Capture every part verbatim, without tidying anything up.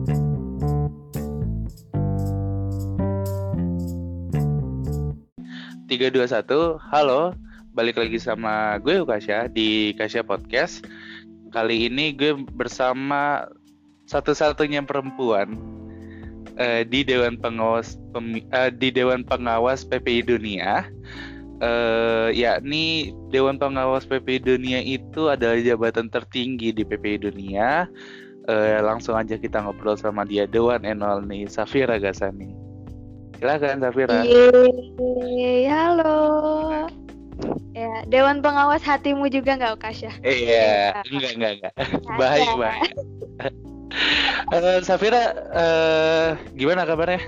Tiga dua satu, halo, balik lagi sama gue Ukasha di Kasya Podcast. Kali ini gue bersama satu-satunya perempuan uh, di Dewan Pengawas Pemi- uh, di Dewan Pengawas P P I Dunia. Uh, yakni Dewan Pengawas P P I Dunia itu adalah jabatan tertinggi di P P I Dunia. Uh, langsung aja kita ngobrol sama dia, the one and only Safira Ghazani. Silakan Safira. Yeay, halo. Ya, Dewan Pengawas hatimu juga nggak, Ukasha? Iya, enggak enggak enggak. Bahaya bahaya. uh, Safira, uh, gimana kabarnya?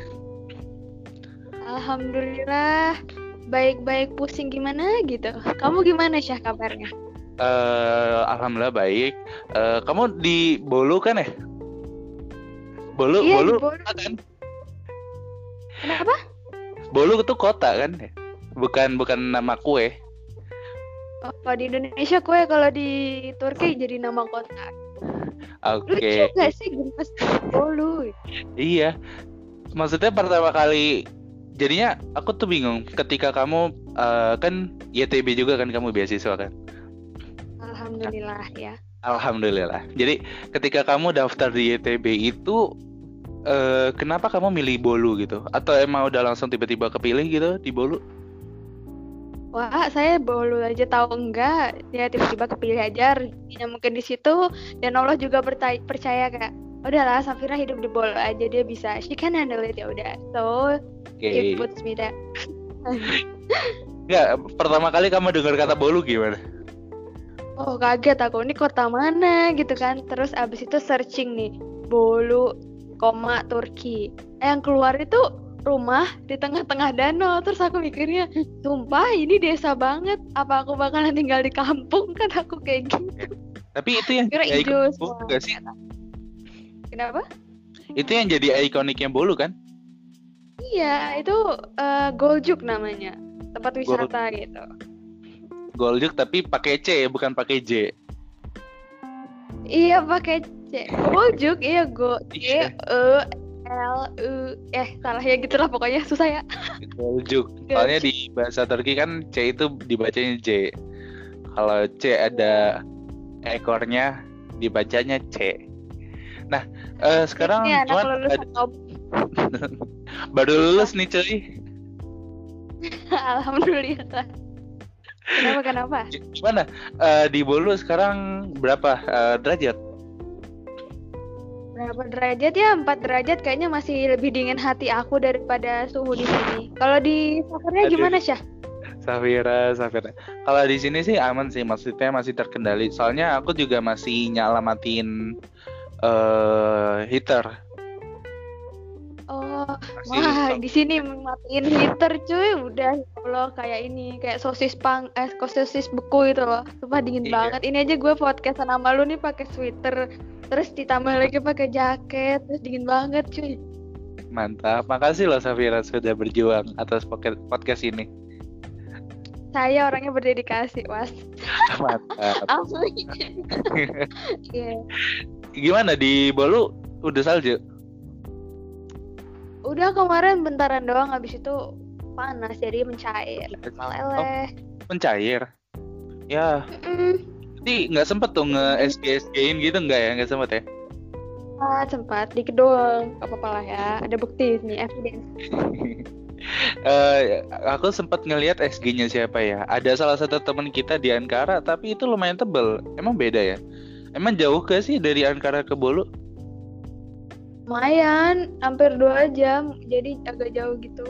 Alhamdulillah, baik-baik. Pusing gimana gitu. Kamu gimana, Syah, kabarnya? Uh, Alhamdulillah baik. Uh, kamu di Bolu kan ya? Bolu, iya, Bolu, Bolu. kan? Kenapa? Bolu itu kota kan? Bukan bukan nama kue. Oh, kalau di Indonesia kue, kalau di Turki jadi nama kota. Oke. Okay. Lucu gak sih gemes Bolu? Iya. Maksudnya pertama kali, jadinya aku tuh bingung. Ketika kamu uh, kan Y T B juga kan, kamu beasiswa kan? Alhamdulillah ya. Alhamdulillah. Jadi ketika kamu daftar di Y T B itu, uh, kenapa kamu milih Bolu gitu? Atau emang udah langsung tiba-tiba kepilih gitu di Bolu? Wah, saya Bolu aja tahu enggak, ya tiba-tiba kepilih aja, rezekinya mungkin di situ, dan Allah juga berta- percaya kayak, udahlah Safira hidup di Bolu aja, dia bisa, she can handle it, ya udah, so okay. It puts me there. Enggak, pertama kali kamu dengar kata Bolu gimana? Oh, kaget aku, ini kota mana gitu kan, terus abis itu searching nih, Bolu, koma Turki, eh, yang keluar itu rumah di tengah-tengah danau. Terus aku mikirnya, sumpah ini desa banget, apa aku bakalan tinggal di kampung, kan aku kayak gitu. Tapi itu yang jadi ikonik Bolu gak sih? Kenapa? Itu yang jadi ikoniknya Bolu kan? Iya, itu uh, Goljuk namanya, tempat wisata Gold. Gitu. Goljuk tapi pakai C bukan pakai J. Iya pakai C. Goljuk, iya go J E L U eh salah ya gitulah pokoknya, susah ya. Goljuk. Soalnya di bahasa Turki kan C itu dibacanya J. Kalau C ada ekornya dibacanya C. Nah, uh, sekarang ini anak lulus ada... baru lulus nih cuy. Alhamdulillah. Kenapa kenapa? Gimana? Uh, di Bolu sekarang berapa uh, derajat? Berapa derajat ya? empat derajat kayaknya masih lebih dingin hati aku daripada suhu di sini. Kalau di Safira gimana, Syah? Safira, Safira. Kalau di sini sih aman sih, maksudnya masih terkendali. Soalnya aku juga masih nyala matiin uh, heater. Oh, masih wah, di sini matiin heater cuy, udah Allah kayak ini, kayak sosis pang, eh sosis beku itu loh. Sumpah dingin iya. banget. Ini aja gue podcastan sama lu nih pakai sweater. Terus ditambah lagi pakai jaket, terus dingin banget cuy. Mantap, makasih loh Safira sudah berjuang atas podcast ini. Saya orangnya berdedikasi, was. Mantap. Asli. Yeah. Gimana di Bolu udah salju? Udah kemarin bentaran doang, habis itu panas jadi mencair, meleleh. Oh, mencair? Ya. Mm-mm. Jadi nggak sempet tuh nge-S G S G-in gitu nggak ya? Nggak sempet ya? Ah, sempat, dikit doang. Gak apa-apa lah ya, ada bukti nih, evidence. uh, aku sempat ngelihat S G-nya siapa ya? Ada salah satu teman kita di Ankara, tapi itu lumayan tebel. Emang beda ya? Emang jauh gak sih dari Ankara ke Bolu? Lumayan, hampir dua jam, jadi agak jauh gitu.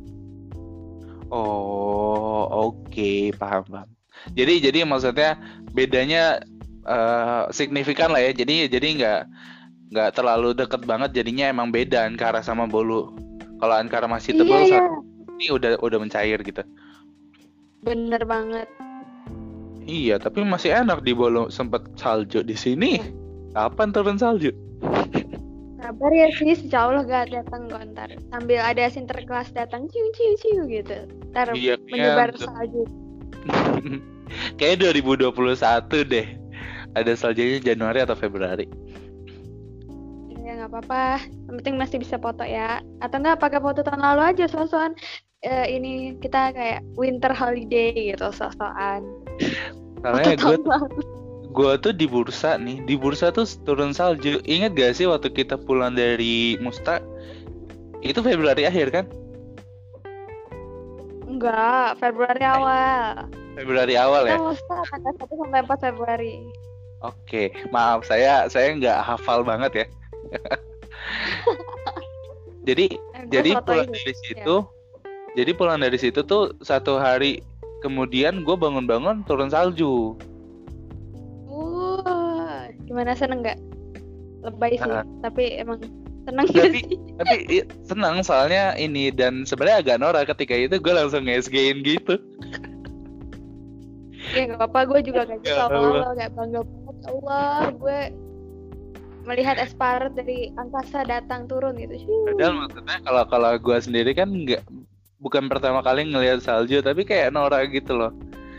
Oh, oke, okay. paham paham. Jadi jadi maksudnya bedanya uh, signifikan lah ya. Jadi jadi nggak nggak terlalu deket banget. Jadinya emang beda Ankara sama Bolu. Kalau Ankara masih tebal, iya, iya. Ini udah udah mencair gitu. Bener banget. Iya, tapi masih enak di Bolu, sempet salju. Di sini kapan turun salju? Sabar ya sih, insya Allah gak datang kok ntar. Sambil ada Sinterklas datang, ciu ciu ciu gitu. Ntar iya, menyebar salju. Kayaknya dua ribu dua puluh satu deh. Ada saljunya Januari atau Februari. Ya nggak apa-apa, yang penting masih bisa foto ya. Atau enggak pakai foto tahun lalu aja, soal-soal uh, ini kita kayak winter holiday gitu, soal-soalan Soalnya foto gue tahun lalu. gue tuh di bursa nih, di bursa tuh turun salju. Ingat gak sih waktu kita pulang dari Musta? Itu Februari akhir kan? Enggak, Februari awal. Februari awal ya? Kita Musta tanggal satu sampai empat Februari. Oke, maaf saya saya nggak hafal banget ya. Jadi Eh, gue jadi foto pulang ini. dari situ, jadi pulang dari situ tuh satu hari kemudian gue bangun-bangun turun salju. Wah, gimana, seneng nggak? Lebay sih, Nah, tapi emang seneng tapi sih. tapi i- senang soalnya ini, dan sebenarnya agak norak ketika itu gue langsung nge-S G-in gitu. Ya nggak apa-apa, gue juga kayak gitu Ya Allah. awal-awal kayak bangga banget, "Ya Allah, gue melihat Esparet dari angkasa datang turun gitu." Padahal maksudnya kalau kalau gue sendiri kan nggak, bukan pertama kali ngelihat salju, tapi kayak norak gitu loh.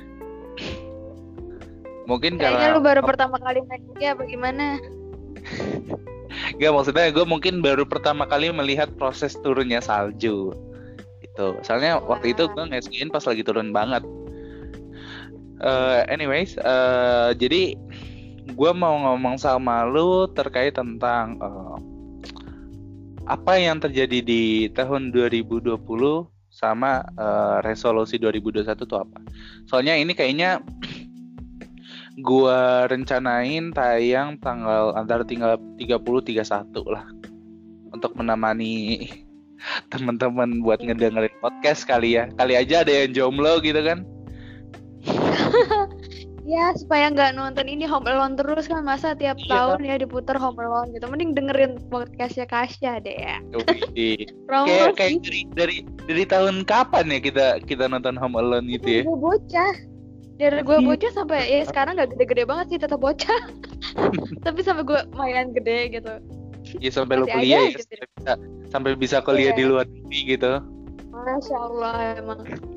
Mungkin Kayaknya karena lu baru pertama kali main ini apa gimana? nggak, maksudnya gue mungkin baru pertama kali melihat proses turunnya salju itu. Soalnya waktu itu gue nge-S G-in pas lagi turun banget. Uh, anyways, uh, jadi gue mau ngomong sama lu terkait tentang uh, apa yang terjadi di tahun dua ribu dua puluh sama uh, resolusi dua ribu dua puluh satu tuh apa. Soalnya ini kayaknya gue rencanain tayang tanggal antara tinggal tiga puluh tiga puluh satu lah, untuk menemani teman-teman buat ngedengerin podcast kali ya. Kali aja ada yang jomblo gitu kan. Ya supaya nggak nonton ini Home Alone terus kan, masa tiap Iya. tahun ya diputar Home Alone gitu. Mending dengerin podcastnya Kasya deh ya. Wih, Promo kayak kayak sih. dari, dari dari tahun kapan ya kita kita nonton Home Alone gitu ya? Gue bocah. Dari gue Iya. bocah sampai ya sekarang nggak gede-gede banget sih, tetap bocah. Tapi sampai gue lumayan gede gitu. Ya sampai lu Masih kuliah aja ya, gitu. sampai bisa, sampai bisa kuliah Iya. di luar negeri gitu. Masya Allah emang.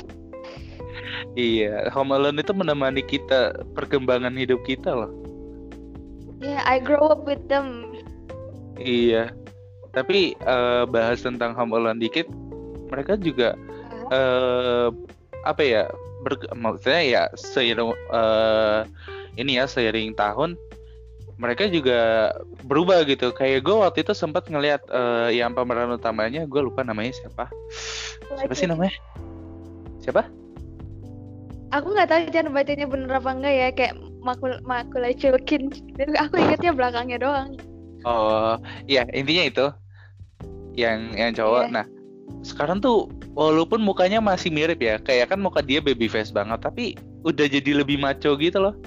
Iya, Home Alone itu menemani kita perkembangan hidup kita loh. Ya, yeah, I grow up with them. Iya. Tapi uh, bahas tentang Home Alone dikit, mereka juga uh, apa ya? Ber- maksudnya ya seiring uh, ini ya seiring tahun mereka juga berubah gitu. Kayak gue waktu itu sempat ngelihat uh, yang pemeran utamanya, gue lupa namanya siapa. Siapa sih namanya? Siapa? Aku nggak tahu cara bacanya bener apa enggak ya, kayak Makul Macaulay Culkin. Aku ingatnya belakangnya doang. Oh, iya intinya itu yang yang cowok. Iya. Nah, sekarang tuh walaupun mukanya masih mirip ya, kayak kan muka dia baby face banget, tapi udah jadi lebih macho gitu loh.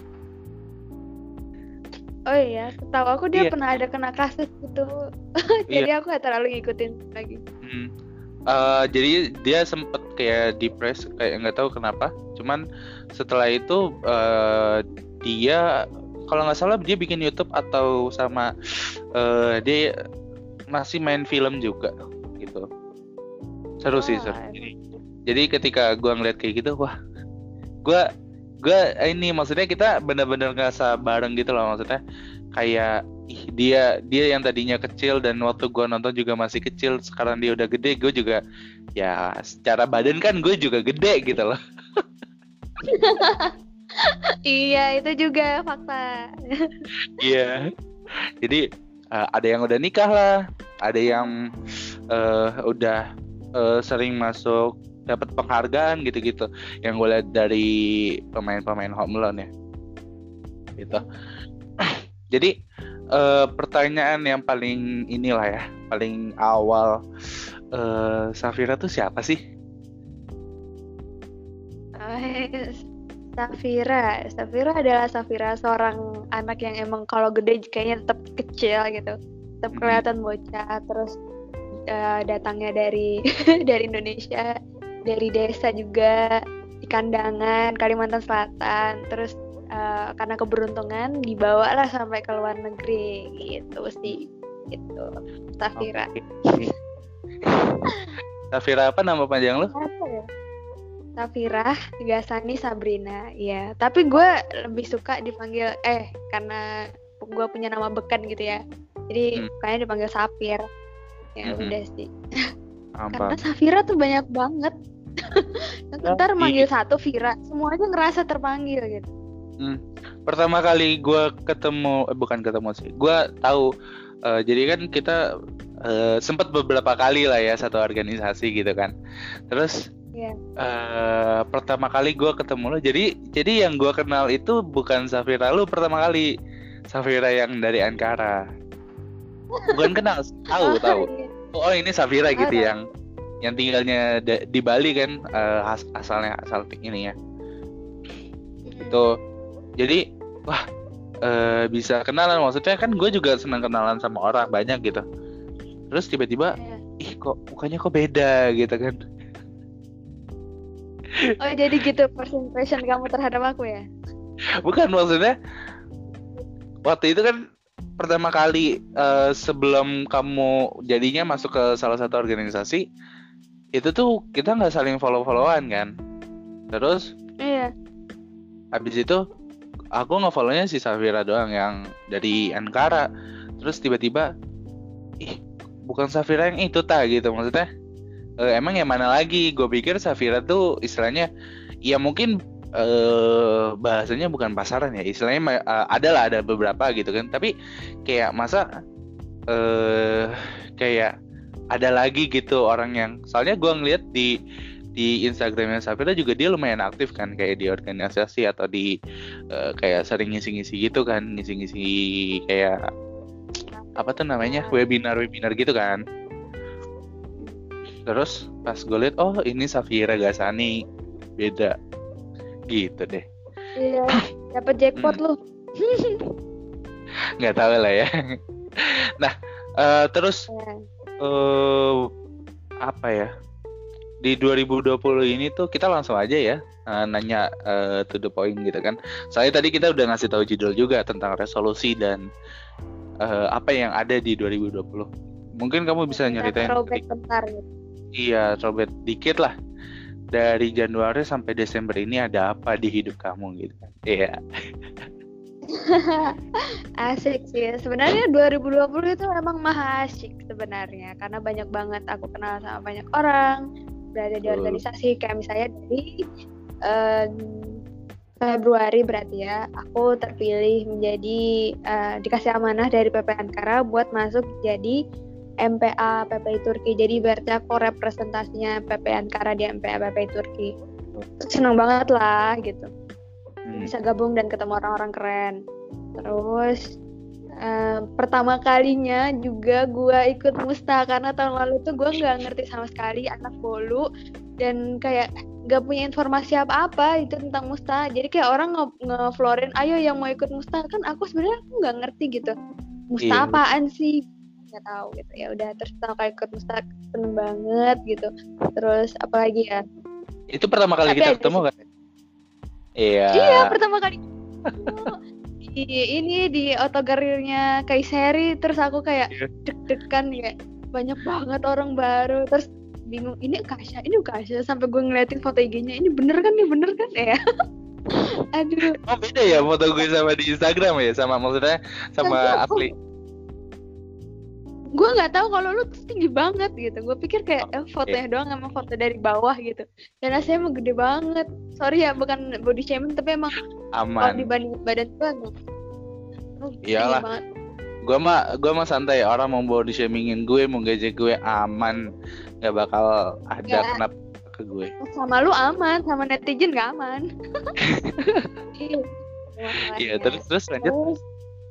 Oh iya, setahu aku dia Iya. pernah ada kena kasus gitu. Jadi aku nggak terlalu ngikutin lagi. Hmm. Uh, jadi dia sempet kayak depres, kayak nggak tahu kenapa. Cuman setelah itu uh, dia kalau nggak salah dia bikin YouTube atau sama uh, dia masih main film juga gitu. Seru sih, seru. Wah, Jadi, jadi ketika gua ngeliat kayak gitu, wah, gua gua ini maksudnya kita benar-benar ngerasa bareng gitu loh, maksudnya kayak ih, dia dia yang tadinya kecil dan waktu gue nonton juga masih kecil, sekarang dia udah gede, gue juga ya secara badan kan gue juga gede gitu loh. Iya, itu juga fakta. Iya. Jadi uh, ada yang udah nikah lah, ada yang uh, udah uh, sering masuk dapat penghargaan gitu-gitu. Yang gue lihat dari pemain-pemain Home Alone ya. Gitu. Jadi uh, pertanyaan yang paling inilah ya, paling awal, uh, Safira tuh siapa sih? Eh, Safira, Safira adalah Safira, seorang anak yang emang kalau gede kayaknya tetap kecil gitu, tetap Mhm. kelihatan bocah. Terus uh, datangnya dari dari Indonesia, dari desa juga, di Kandangan, Kalimantan Selatan. Terus uh, karena keberuntungan dibawa lah sampai ke luar negeri gitu sih, gitu. Safira. Oke. Safira apa nama panjang lu? Apa ya? Safira Gasani Sabrina, ya. Tapi gue lebih suka dipanggil eh karena gue punya nama beken gitu ya. Jadi Hmm. kayaknya dipanggil Sapir. Ya Mhm. udah sih. Paham, Karena paham. Safira tuh banyak banget. Ya, Ntar manggil di satu Vira, semuanya ngerasa terpanggil gitu. hmm, pertama kali gue ketemu, eh, bukan ketemu sih, gue tahu. eh, jadi kan kita eh, sempat beberapa kali lah ya satu organisasi gitu kan. Terus Iya. eh, pertama kali gue ketemu lo, jadi jadi yang gue kenal itu bukan Safira lu pertama kali, Safira yang dari Ankara. Bukan kenal, tahu Oh, tahu. iya. Oh ini Safira Oh, gitu tahu. yang yang tinggalnya da- di Bali kan, eh, as- asalnya asal ini ya. Hmm. Itu jadi wah, eh, bisa kenalan, maksudnya kan gue juga senang kenalan sama orang banyak gitu. Terus tiba-tiba Iya. ih kok mukanya kok beda gitu kan. Oh jadi gitu first impression kamu terhadap aku ya? Bukan, maksudnya waktu itu kan pertama kali, eh, sebelum kamu jadinya masuk ke salah satu organisasi itu tuh kita nggak saling follow-followan kan. Terus Iya. habis itu aku nge-follownya si Safira doang yang dari Ankara. Terus tiba-tiba ih bukan Safira yang itu ta gitu, maksudnya eh, emang yang mana lagi. Gue pikir Safira tuh istilahnya ya mungkin eh, bahasanya bukan pasaran ya, istilahnya ma- eh, ada lah, ada beberapa gitu kan. Tapi kayak masa eh kayak ada lagi gitu orang yang, soalnya gue ngeliat di di Instagramnya Safira juga dia lumayan aktif kan, kayak di organisasi atau di eh, kayak sering ngisi-ngisi gitu kan, ngisi-ngisi kayak apa tuh namanya, webinar-webinar gitu kan. Terus pas gue liat, oh ini Safira Ghasani, beda gitu deh. Iya. Dapat jackpot Hmm. lu. Nggak tahu lah ya. Nah, eh, terus Ya. eh, apa ya, di dua ribu dua puluh ini tuh kita langsung aja ya eh, nanya eh, to the point gitu kan. Soalnya tadi kita udah ngasih tahu judul juga tentang resolusi dan eh, apa yang ada di dua ribu dua puluh. Mungkin kamu bisa Kita nyeritain throwback sedikit. bentar gitu. Iya, coba dikit lah. Dari Januari sampai Desember ini ada apa di hidup kamu gitu kan. Iya. Asik sih. Sebenarnya dua ribu dua puluh itu emang maha asik sebenarnya karena banyak banget aku kenal sama banyak orang, berada di Betul. organisasi kayak misalnya dari eh, Februari berarti ya, aku terpilih menjadi eh, dikasih amanah dari P P Ankara buat masuk jadi M P A P P I Turki. Jadi berarti aku representasinya P P Ankara di M P A P P I Turki. Seneng banget lah gitu. Hmm. Bisa gabung dan ketemu orang-orang keren. Terus eh, pertama kalinya juga gue ikut Musta karena tahun lalu tuh gue nggak ngerti sama sekali anak bolu dan kayak nggak punya informasi apa-apa itu tentang Musta. Jadi kayak orang nge- ngeflorin, ayo yang mau ikut Musta, kan aku sebenarnya aku nggak ngerti gitu. Musta Iya. apaan sih? Nggak tahu gitu. Ya udah, terus pertama kali ikut Musta seneng banget gitu. Terus apalagi ya? Itu pertama kali Tapi kita ada ketemu sih- kan? Iya. Iya, pertama kali di ini di autogarirnya Kaiseri, terus aku kayak Iya. deg-degan kayak banyak banget orang baru, terus bingung ini Kasya, ini Kasya, sampai gue ngeliatin foto I G-nya, ini bener kan, ini bener kan ya. Aduh, Oh beda ya foto gue sama di Instagram ya, sama maksudnya sama asli. gue nggak tahu kalau lu tuh tinggi banget gitu. Gue pikir kayak eh, fotonya doang emang foto dari bawah gitu. Dan aslinya emang gede banget. Sorry ya, bukan body shaming, tapi emang kalau Aman. dibanding badan gue emang oh, Iyalah. tinggi banget. Gue mah gue mah santai, orang mau body shamingin gue, mau ngejek gue aman, nggak bakal ada Nggak. kenapa ke gue. Sama lu aman, sama netizen gak aman. Iya. Iya, terus terus lanjut. Terus,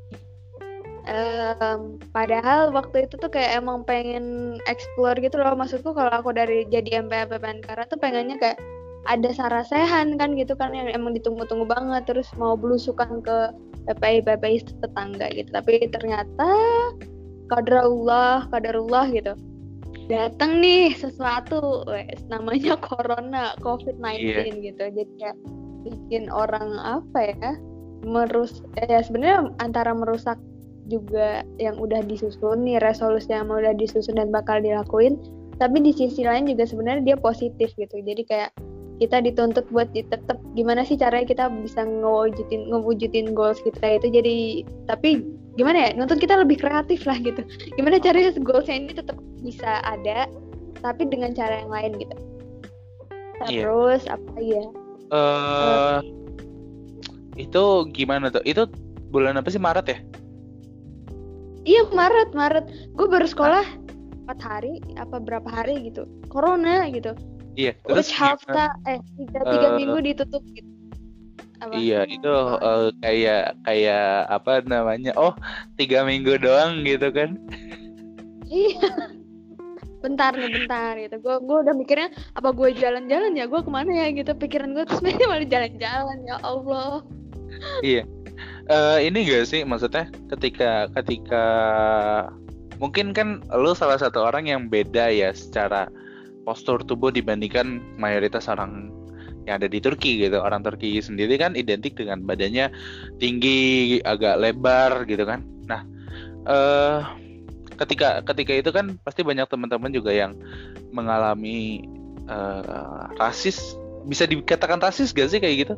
em, padahal waktu itu tuh kayak emang pengen explore gitu loh. Maksudku kalau aku dari jadi M P A P P Ankara tuh pengennya kayak ada sarasehan kan gitu kan, yang emang ditunggu-tunggu banget. Terus mau belusukan ke P P I P P I tetangga gitu. Tapi ternyata qadarullah, qadarullah gitu. Datang nih sesuatu, wes, namanya corona, covid sembilan belas gitu. Jadi kayak bikin orang apa ya, merus ya sebenarnya antara merusak juga yang udah disusun nih, resolusi yang udah disusun dan bakal dilakuin, tapi di sisi lain juga sebenarnya dia positif gitu. Jadi kayak kita dituntut buat tetap gimana sih caranya kita bisa ngewujudin ngewujudin goals kita itu. Jadi tapi gimana ya, nuntut kita lebih kreatif lah gitu. Gimana caranya goalsnya ini tetap bisa ada tapi dengan cara yang lain gitu. Terus yeah. apa ya? Uh, uh, itu gimana tuh? Itu bulan apa sih, Maret ya? Iya Maret, Maret. Gue baru sekolah empat hari, apa berapa hari gitu. Corona gitu. Iya. Terus half ta, eh tiga tiga uh, minggu ditutup gitu. Apa? Iya itu uh, kayak kayak apa namanya? Oh tiga minggu doang gitu kan? Iya. Bentar nih, bentar gitu. Gue gue udah mikirnya apa gue jalan-jalan ya? Gue kemana ya gitu? Pikiran gue terus malah jalan-jalan, ya Allah. Iya. Uh, ini gak sih maksudnya ketika ketika mungkin kan lu salah satu orang yang beda ya secara postur tubuh dibandingkan mayoritas orang yang ada di Turki gitu. Orang Turki sendiri kan identik dengan badannya tinggi, agak lebar gitu kan. Nah, uh, ketika ketika itu kan pasti banyak teman-teman juga yang mengalami uh, rasis. Bisa dikatakan rasis gak sih kayak gitu?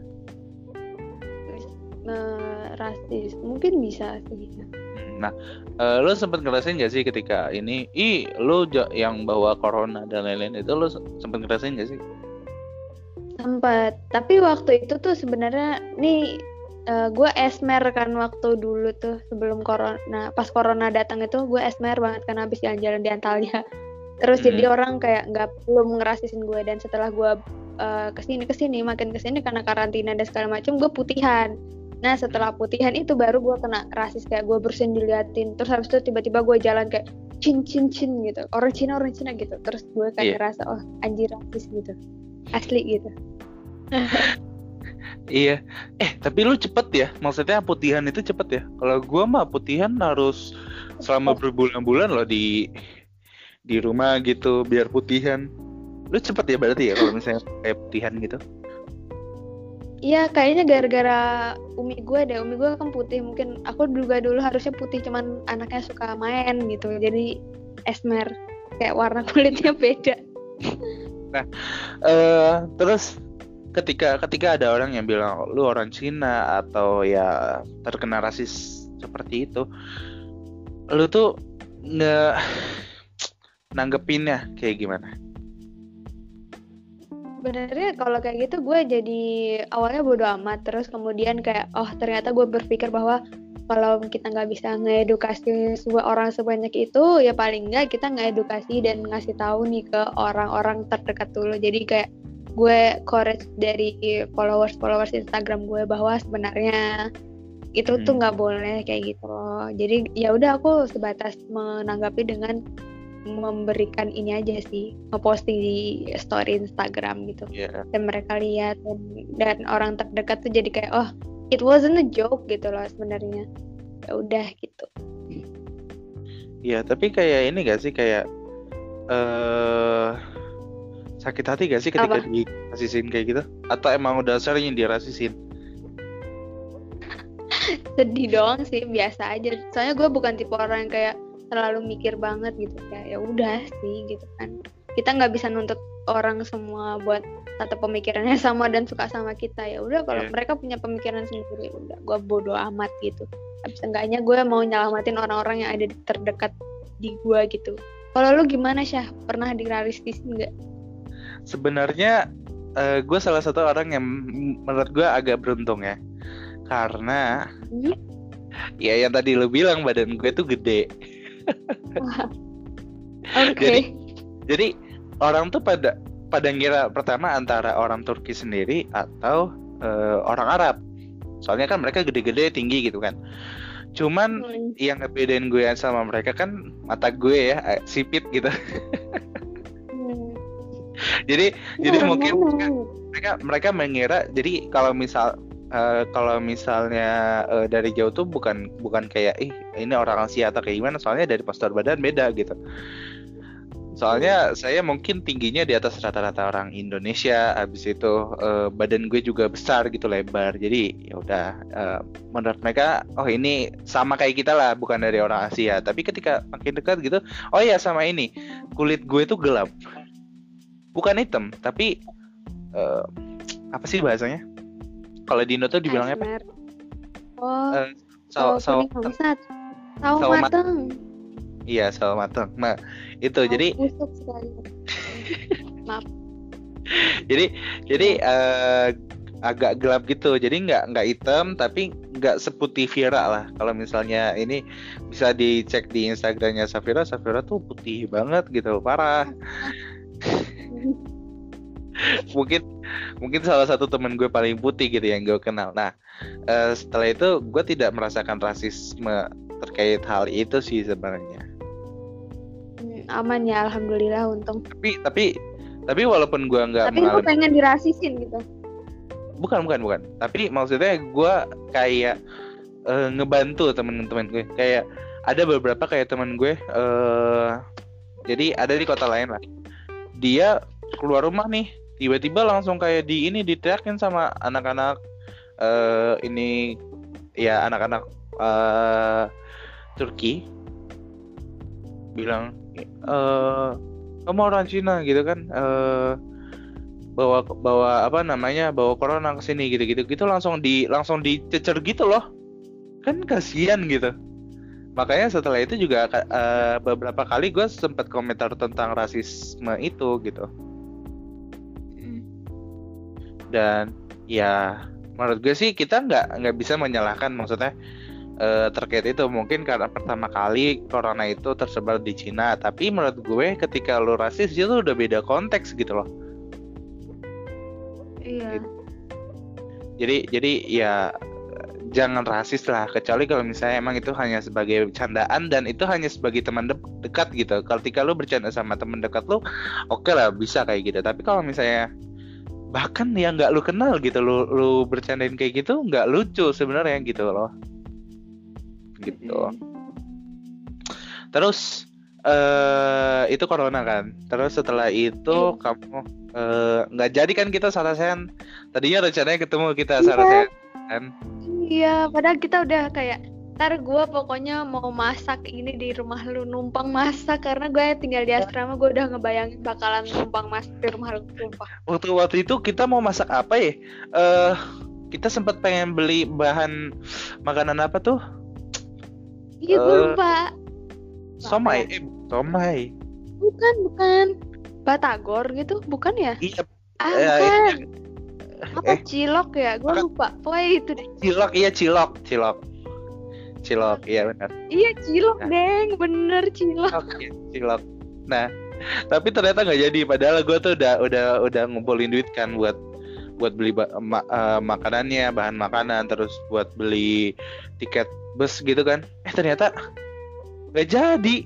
Uh, rasis mungkin bisa sih. Nah, uh, lo sempat ngerasain gak sih ketika ini, ih, lo j- yang bawa corona dan lain-lain itu lo sempat ngerasain gak sih? Sempat, tapi waktu itu tuh sebenarnya nih uh, gue esmer kan waktu dulu tuh sebelum corona, pas corona datang itu gue esmer banget kan habis jalan-jalan di Antalya. Terus hmm. jadi orang kayak nggak belum ngerasisin gue, dan setelah gue uh, kesini kesini makin kesini karena karantina dan segala macam, gue putihan. Nah setelah putihan itu baru gue kena rasis, kayak gue bersin diliatin. Terus habis itu tiba-tiba gue jalan kayak cin cin cin gitu, orang Cina orang Cina gitu. Terus gue kayak yeah. ngerasa oh anjir rasis gitu, asli gitu. Iya. Eh tapi lu cepet ya, maksudnya putihan itu cepet ya. Kalau gue mah putihan harus selama berbulan-bulan loh di di rumah gitu biar putihan. Lu cepet ya berarti ya kalau misalnya kayak putihan gitu. Iya, kayaknya gara-gara umi gue deh. Umi gue kan putih. Mungkin aku juga dulu harusnya putih, cuman anaknya suka main gitu. Jadi esmer, kayak warna kulitnya beda. Nah, uh, terus ketika ketika ada orang yang bilang lu orang Cina atau ya terkena rasis seperti itu, lu tuh nggak nanggepinnya kayak gimana? Sebenarnya kalau kayak gitu gue jadi awalnya bodo amat, terus kemudian kayak oh ternyata gue berpikir bahwa kalau kita nggak bisa ngedukasi sebuah orang sebanyak itu, ya paling nggak kita ngedukasi dan ngasih tahu nih ke orang-orang terdekat dulu. Jadi kayak gue courage dari followers-followers Instagram gue bahwa sebenarnya itu hmm. tuh nggak boleh kayak gitu loh. Jadi ya udah aku sebatas menanggapi dengan memberikan ini aja sih, ngeposting di story Instagram gitu, yeah. dan mereka lihat dan, dan orang terdekat tuh jadi kayak oh it wasn't a joke gitu loh sebenarnya, ya udah gitu. Iya tapi kayak ini gak sih kayak uh, sakit hati gak sih ketika dirasisin kayak gitu, atau emang udah sering dirasisin? Sedih doang sih, biasa aja. Soalnya gue bukan tipe orang yang kayak terlalu mikir banget gitu, kayak ya udah sih gitu kan. Kita nggak bisa nuntut orang semua buat satu pemikirannya sama dan suka sama kita. Ya udah kalau yeah. mereka punya pemikiran sendiri, udah gue bodo amat gitu. Tapi seenggaknya gue mau nyelamatin orang-orang yang ada di terdekat di gue gitu. Kalau lu gimana Syah? Pernah dirasisin nggak? Sebenarnya uh, gue salah satu orang yang menurut gue agak beruntung ya, karena hmm? ya yang tadi lu bilang badan gue tuh gede. Okay. Jadi, jadi orang tuh pada pada ngira pertama antara orang Turki sendiri atau uh, orang Arab. Soalnya kan mereka gede-gede tinggi gitu kan. Cuman hmm. yang ngebedain gue sama mereka kan mata gue ya sipit gitu. hmm. Jadi hmm. jadi mungkin mereka, mereka mereka mengira jadi kalau misal Uh, kalau misalnya uh, dari jauh tuh bukan bukan kayak ih ini orang Asia atau kayak gimana, soalnya dari postur badan beda gitu. Soalnya saya mungkin tingginya di atas rata-rata orang Indonesia, habis itu uh, badan gue juga besar gitu, lebar. Jadi ya udah uh, menurut mereka oh ini sama kayak kita lah, bukan dari orang Asia. Tapi ketika makin dekat gitu, oh ya sama ini kulit gue tuh gelap, bukan hitam tapi uh, apa sih bahasanya? Kalau di Indo tuh dibilangnya apa? Oh. Uh, Oh, sawo kuning bangsat. Sawo sawo mat mateng. iya sawo mateng. Nah itu Oh, jadi busuk sekali. Maaf. jadi jadi Iya. eh, agak gelap gitu. Jadi nggak nggak hitam tapi nggak seputih Vira lah. Kalau misalnya ini bisa dicek di Instagramnya Safira, Safira tuh putih banget gitu, parah. mungkin mungkin salah satu temen gue paling putih gitu yang gue kenal. Nah eh, setelah itu gue tidak merasakan rasisme terkait hal itu sih sebenarnya. Hmm, aman ya, alhamdulillah untung. Tapi tapi tapi walaupun gue nggak Tapi lu mengalami, pengen dirasisin gitu. bukan bukan bukan. Tapi maksudnya gue kayak eh, ngebantu temen-temen gue. Kayak ada beberapa kayak temen gue. eh jadi ada di kota lain lah. Dia keluar rumah nih, tiba-tiba langsung kayak di ini diteriakin sama anak-anak eh ini ya anak-anak eh Turki, bilang eh kamu orang Cina gitu kan, eh bawa bawa apa namanya bawa corona ke sini gitu-gitu gitu langsung di langsung dicecer gitu loh, kan kasihan gitu. Makanya setelah itu juga eh, beberapa kali gue sempat komentar tentang rasisme itu gitu. Hmm. Dan ya menurut gue sih kita nggak nggak bisa menyalahkan, maksudnya eh, terkait itu mungkin karena pertama kali corona itu tersebar di Cina. Tapi menurut gue ketika lo rasis itu udah beda konteks gitu loh. Iya. Jadi jadi ya jangan rasis lah, kecuali kalau misalnya emang itu hanya sebagai candaan dan itu hanya sebagai teman de- dekat gitu. Ketika lo bercanda sama teman dekat lo, oke okay lah bisa kayak gitu. Tapi kalau misalnya bahkan yang nggak lu kenal gitu, lu lu bercandain kayak gitu nggak lucu sebenarnya gitu loh, gitu. Terus eh itu corona kan. Terus setelah itu Iya. kamu eh, nggak jadi kan kita Sarasen. Tadinya rencananya ketemu kita Iya. Sarasen kan. Iya, padahal kita udah kayak ntar gue pokoknya mau masak ini di rumah lu, numpang masak karena gue tinggal di asrama, gue udah ngebayangin bakalan numpang masak di rumah lu, sumpah. Waktu waktu itu kita mau masak apa ya? Eh kita sempat pengen beli bahan makanan apa tuh? Iya, gue Eh, lupa. Somai, Apa ya? eh, somai. Bukan, bukan. Batagor gitu, bukan ya? Iya, Ah, eh, bukan. itu- Apa eh cilok ya? Gue makan lupa. Pokoknya itu deh. cilok, iya cilok, cilok, cilok, iya benar. Iya, cilok, Nah, deng. Bener, cilok. cilok, iya, cilok. Nah, tapi ternyata nggak jadi. Padahal gue tuh udah udah udah ngumpulin duit kan buat buat beli ba- ma- eh, makanannya, bahan makanan, terus buat beli tiket bus gitu kan. Eh ternyata nggak jadi.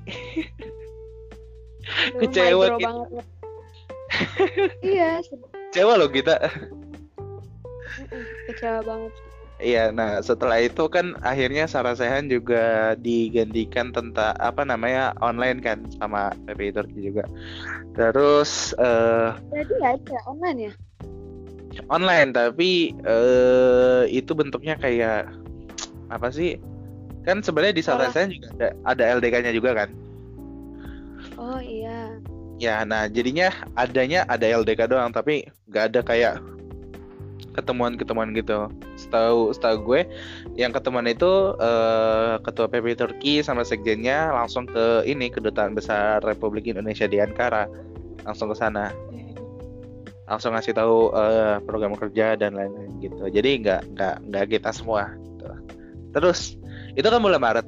Aduh, Kecewa maibro kita. banget. Iya, sedih. Kecewa loh kita. Mm-mm, kecewa banget. Iya, nah setelah itu kan akhirnya Sarasehan juga digantikan tentang apa namanya online kan sama P P I Turki juga. Terus eh, Jadi ada online ya? online tapi eh, itu bentuknya kayak apa sih? Kan sebenarnya di Sekolah. Sarasehan juga ada ada L D K-nya juga kan. Oh iya. Ya, nah jadinya adanya ada L D K doang tapi nggak ada kayak ketemuan-ketemuan gitu. Setahu setahu gue yang ketemuan itu eh, ketua P P I Turki sama sekjennya langsung ke ini kedutaan besar Republik Indonesia di Ankara, langsung ke sana, langsung ngasih tahu eh, program kerja dan lain-lain gitu. Jadi nggak nggak nggak kita semua. Gitu. Terus itu kan bulan Maret.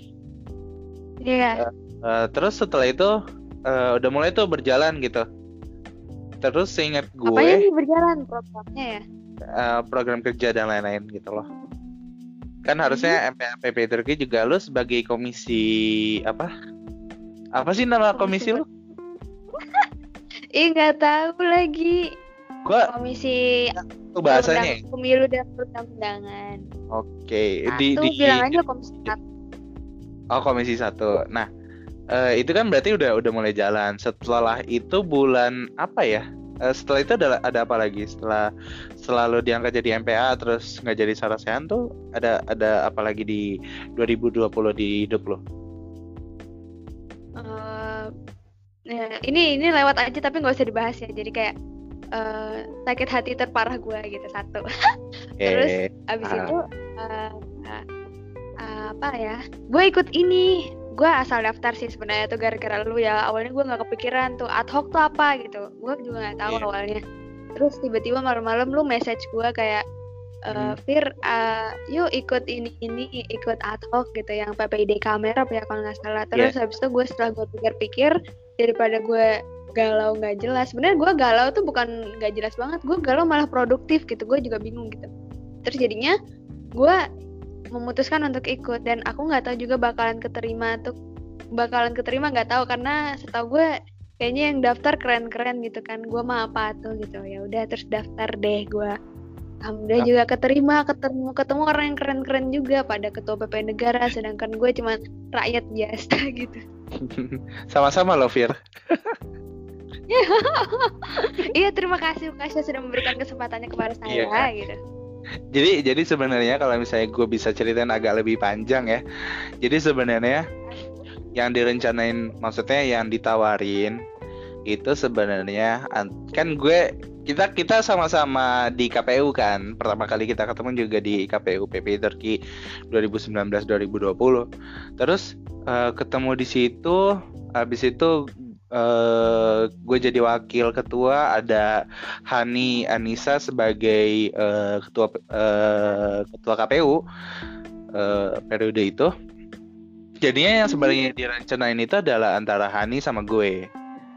Iya. Eh, terus setelah itu eh, udah mulai tuh berjalan gitu. Terus seingat gue Apanya nih berjalan programnya ya? eh, program kerja dan lain-lain gitu loh. Kan harusnya M P A P P I Turki juga lu sebagai komisi apa? Apa sih nama komisi lu? Ih, nggak tahu lagi. Gua Komisi tuh bahasanya. Undang- Pemilu dan Perundang-undangan. Oke, Satu, di di bilang aja komisi satu. Oh, komisi satu. Nah, eh, itu kan berarti udah udah mulai jalan. Setelah itu bulan apa ya? Eh, setelah itu ada ada apa lagi? Setelah selalu diangkat jadi M P A terus nggak jadi Sarasehan tuh ada ada apa lagi di dua ribu dua puluh di hidup lo? Eh, ya, ini ini lewat aja tapi nggak usah dibahas ya. Jadi kayak eh, sakit hati terparah gue gitu satu. Terus Eh, abis ah. itu eh, eh, apa ya? Gue ikut ini. Gue asal daftar sih sebenarnya tuh gara-gara lu ya. Awalnya gue nggak kepikiran tuh ad hoc tuh apa gitu. Gue juga nggak tahu Iya. awalnya. Terus tiba-tiba malam-malam lu message gue kayak, e, Hmm. Fir, uh, yuk ikut ini ini ikut ad hoc gitu yang P P I D Kamera ya kalau nggak salah. Terus habis itu gue setelah gue pikir-pikir daripada gue galau nggak jelas. Sebenarnya gue galau tuh bukan nggak jelas banget. Gue galau malah produktif gitu. Gue juga bingung gitu. Terus jadinya gue memutuskan untuk ikut dan aku nggak tahu juga bakalan keterima tuh bakalan keterima nggak tahu karena setahu gue kayaknya yang daftar keren-keren gitu kan. Gue mah apa tuh gitu. Ya udah terus daftar deh gue. Alhamdulillah juga keterima, ketemu ketemu orang yang keren-keren juga pada ketua P P I negara, sedangkan gue cuma rakyat biasa gitu. Sama-sama loh Fir. Iya, terima kasih Kasya sudah memberikan kesempatannya kepada saya Iya. gitu. Jadi jadi sebenarnya kalau misalnya gue bisa ceritain agak lebih panjang ya. Jadi sebenarnya yang direncanain, maksudnya yang ditawarin itu sebenarnya kan gue kita kita sama-sama di K P U kan. Pertama kali kita ketemu juga di K P U P P I Turki dua ribu sembilan belas dua ribu dua puluh. Terus uh, ketemu di situ, habis itu uh, gue jadi wakil ketua, ada Hani Anissa sebagai uh, ketua uh, ketua K P U uh, periode itu. Jadinya yang sebenarnya direncanain itu adalah antara Hani sama gue.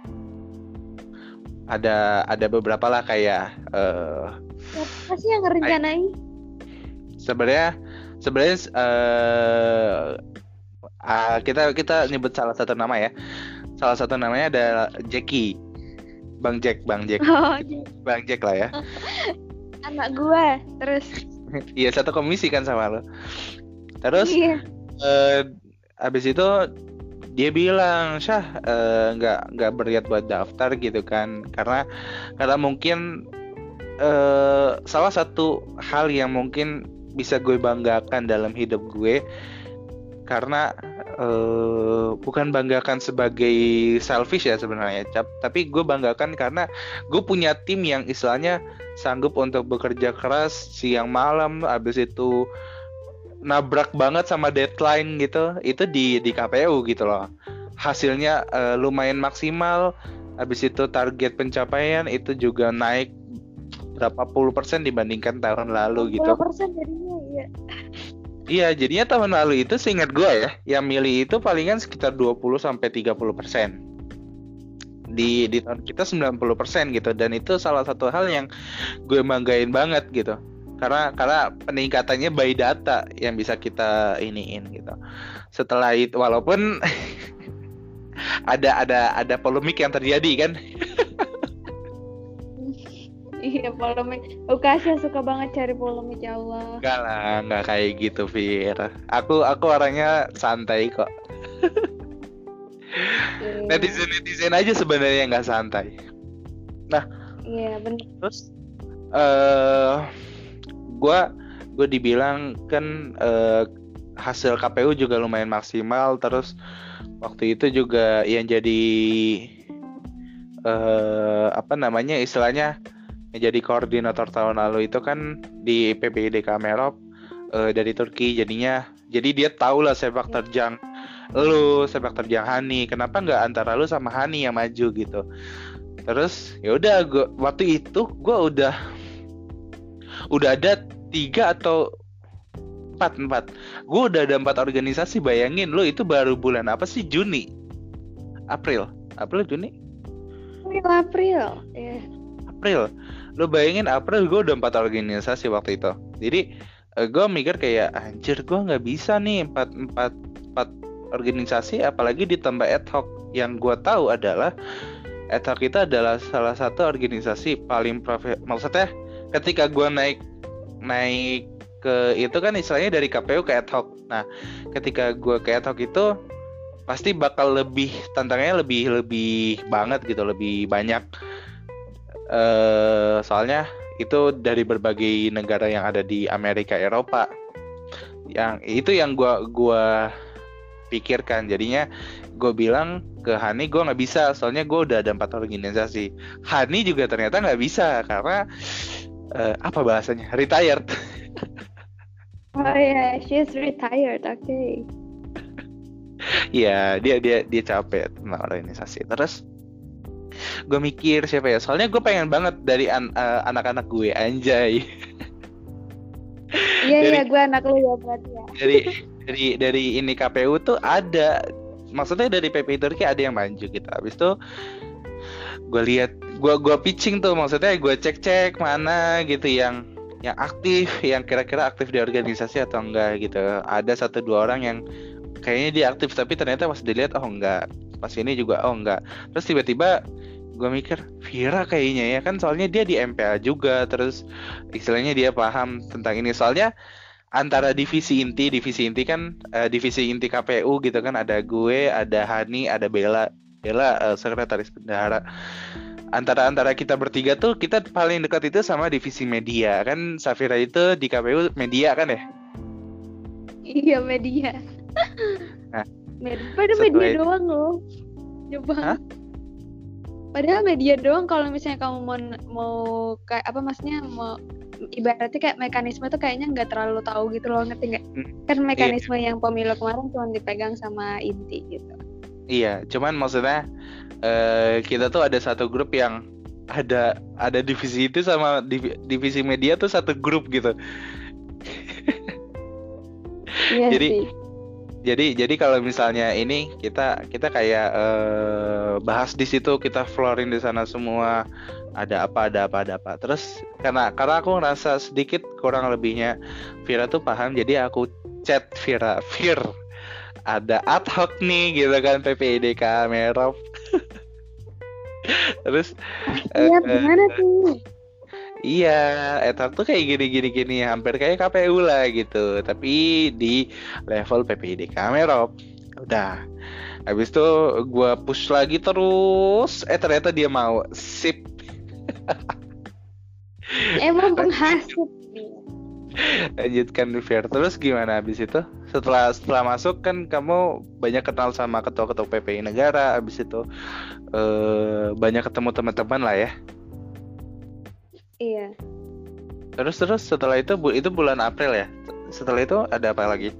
Ada ada beberapa lah kayak uh, Siapa sih yang ngerencanain? sebenarnya sebenarnya uh, uh, kita kita nyebut salah satu nama ya. Salah satu namanya adalah Jackie. Bang Jack, Bang Jack. Oh, Bang Jack lah ya. anak gue. Terus Iya, satu komisi kan sama lo. Terus iya. uh, abis itu dia bilang, Syah uh, nggak nggak berniat buat daftar gitu kan, karena karena mungkin uh, salah satu hal yang mungkin bisa gue banggakan dalam hidup gue, karena uh, bukan banggakan sebagai selfish ya sebenarnya, tapi gue banggakan karena gue punya tim yang istilahnya sanggup untuk bekerja keras siang malam, abis itu nabrak banget sama deadline gitu, itu di di K P U gitu loh. Hasilnya uh, lumayan maksimal, habis itu target pencapaian itu juga naik berapa puluh persen dibandingkan tahun lalu gitu. enam puluh persen jadinya iya. Iya, jadinya tahun lalu itu seingat gue ya, yang milih itu palingan sekitar dua puluh sampai tiga puluh persen. Di di tahun kita sembilan puluh persen gitu, dan itu salah satu hal yang gue banggain banget gitu. Karena karena peningkatannya by data yang bisa kita iniin gitu. Setelah itu walaupun ada ada ada polemik yang terjadi kan. Iya, polemik. Ukasya suka banget cari polemik, ya Allah. Enggak lah, enggak kayak gitu, Fir. Aku aku orangnya santai kok. Iya. Netizen-netizen aja sebenarnya enggak santai. Nah, Iya, benar. terus eh uh, gua gue dibilang kan uh, hasil K P U juga lumayan maksimal, terus waktu itu juga yang jadi uh, apa namanya istilahnya yang jadi koordinator tahun lalu itu kan di P P I D Kamera uh, dari Turki, jadinya jadi dia tahu lah sepak terjang lu, sepak terjang Hani, kenapa nggak antara lu sama Hani yang maju gitu. Terus ya udah gue waktu itu gue udah udah ada tiga atau empat empat gue udah ada empat organisasi. Bayangin lo, itu baru bulan apa sih, Juni April April Juni April April ya. April lo bayangin, April gue udah empat organisasi waktu itu. Jadi uh, gue mikir kayak anjir, gue nggak bisa nih empat empat empat organisasi, apalagi ditambah ad hoc. Yang gue tahu adalah ad hoc itu adalah salah satu organisasi paling profit. Maksudnya ketika gue naik naik ke itu kan istilahnya dari K P U ke ad hoc. Nah, ketika gue ke ad hoc itu pasti bakal lebih tantangannya lebih lebih banget gitu, lebih banyak. Uh, soalnya itu dari berbagai negara yang ada di Amerika, Eropa. Yang itu yang gue gua pikirkan. Jadinya gue bilang ke Hani gue nggak bisa, soalnya gue udah ada empat organisasi. Hani juga ternyata nggak bisa karena uh, apa bahasanya, retired. Oh ya, yeah, she's retired, oke. Okay. Iya, dia dia dia capek tentang organisasi. Terus gue mikir siapa ya? Soalnya gue pengen banget dari an- uh, anak-anak gue, anjay. Iya iya, gue anak lu ya berarti ya. Dari dari dari ini K P U tuh ada, maksudnya dari P P I Turki ada yang maju gitu. Habis itu gue lihat, gue gue pitching tuh, maksudnya gue cek-cek mana gitu yang yang aktif, yang kira-kira aktif di organisasi atau enggak gitu. Ada satu dua orang yang kayaknya dia aktif, tapi ternyata pas dilihat oh enggak, pas ini juga oh enggak. Terus tiba-tiba gue mikir Vira kayaknya ya kan, soalnya dia di M P A juga, terus istilahnya dia paham tentang ini. Soalnya antara divisi inti, divisi inti kan uh, divisi inti K P U gitu kan, ada gue, ada Hani, ada Bella, Bella uh, sekretaris bendahara. Antara antara kita bertiga tuh kita paling dekat itu sama divisi media kan. Safira itu di K P U media kan ya? Iya media. Nah, Med- padahal media itu doang loh. Coba. Hah? Padahal media doang. Kalau misalnya kamu mau mau kayak apa, maksudnya mau ibaratnya kayak mekanisme tuh kayaknya nggak terlalu tahu gitu loh, ngerti nggak? Hmm. Kan mekanisme iya. Yang pemilu kemarin cuma dipegang sama inti gitu. Iya, cuman maksudnya uh, kita tuh ada satu grup yang ada ada divisi itu sama div- divisi media tuh satu grup gitu. Iya jadi sih. jadi jadi kalau misalnya ini kita kita kayak uh, bahas di situ, kita floorin di sana semua, ada apa ada apa ada apa. Terus karena karena aku ngerasa sedikit kurang lebihnya Vira tuh paham, jadi aku chat Vira, Vir ada ad hoc nih gitu kan, P P I D K Merop. Terus iya uh, gimana tuh? Iya, ad hoc tuh kayak gini-gini gini, hampir kayak K P U lah gitu, tapi di level P P I D K Merop. Udah. Habis itu gue push lagi terus, eh ternyata dia mau, sip. Emang penghasut. Lanjutkan Fair. Terus gimana habis itu? Setelah setelah masuk kan kamu banyak kenal sama ketua-ketua P P I negara, habis itu eh, banyak ketemu teman-teman lah ya. Iya. Terus terus setelah itu itu bulan April ya. Setelah itu ada apa lagi?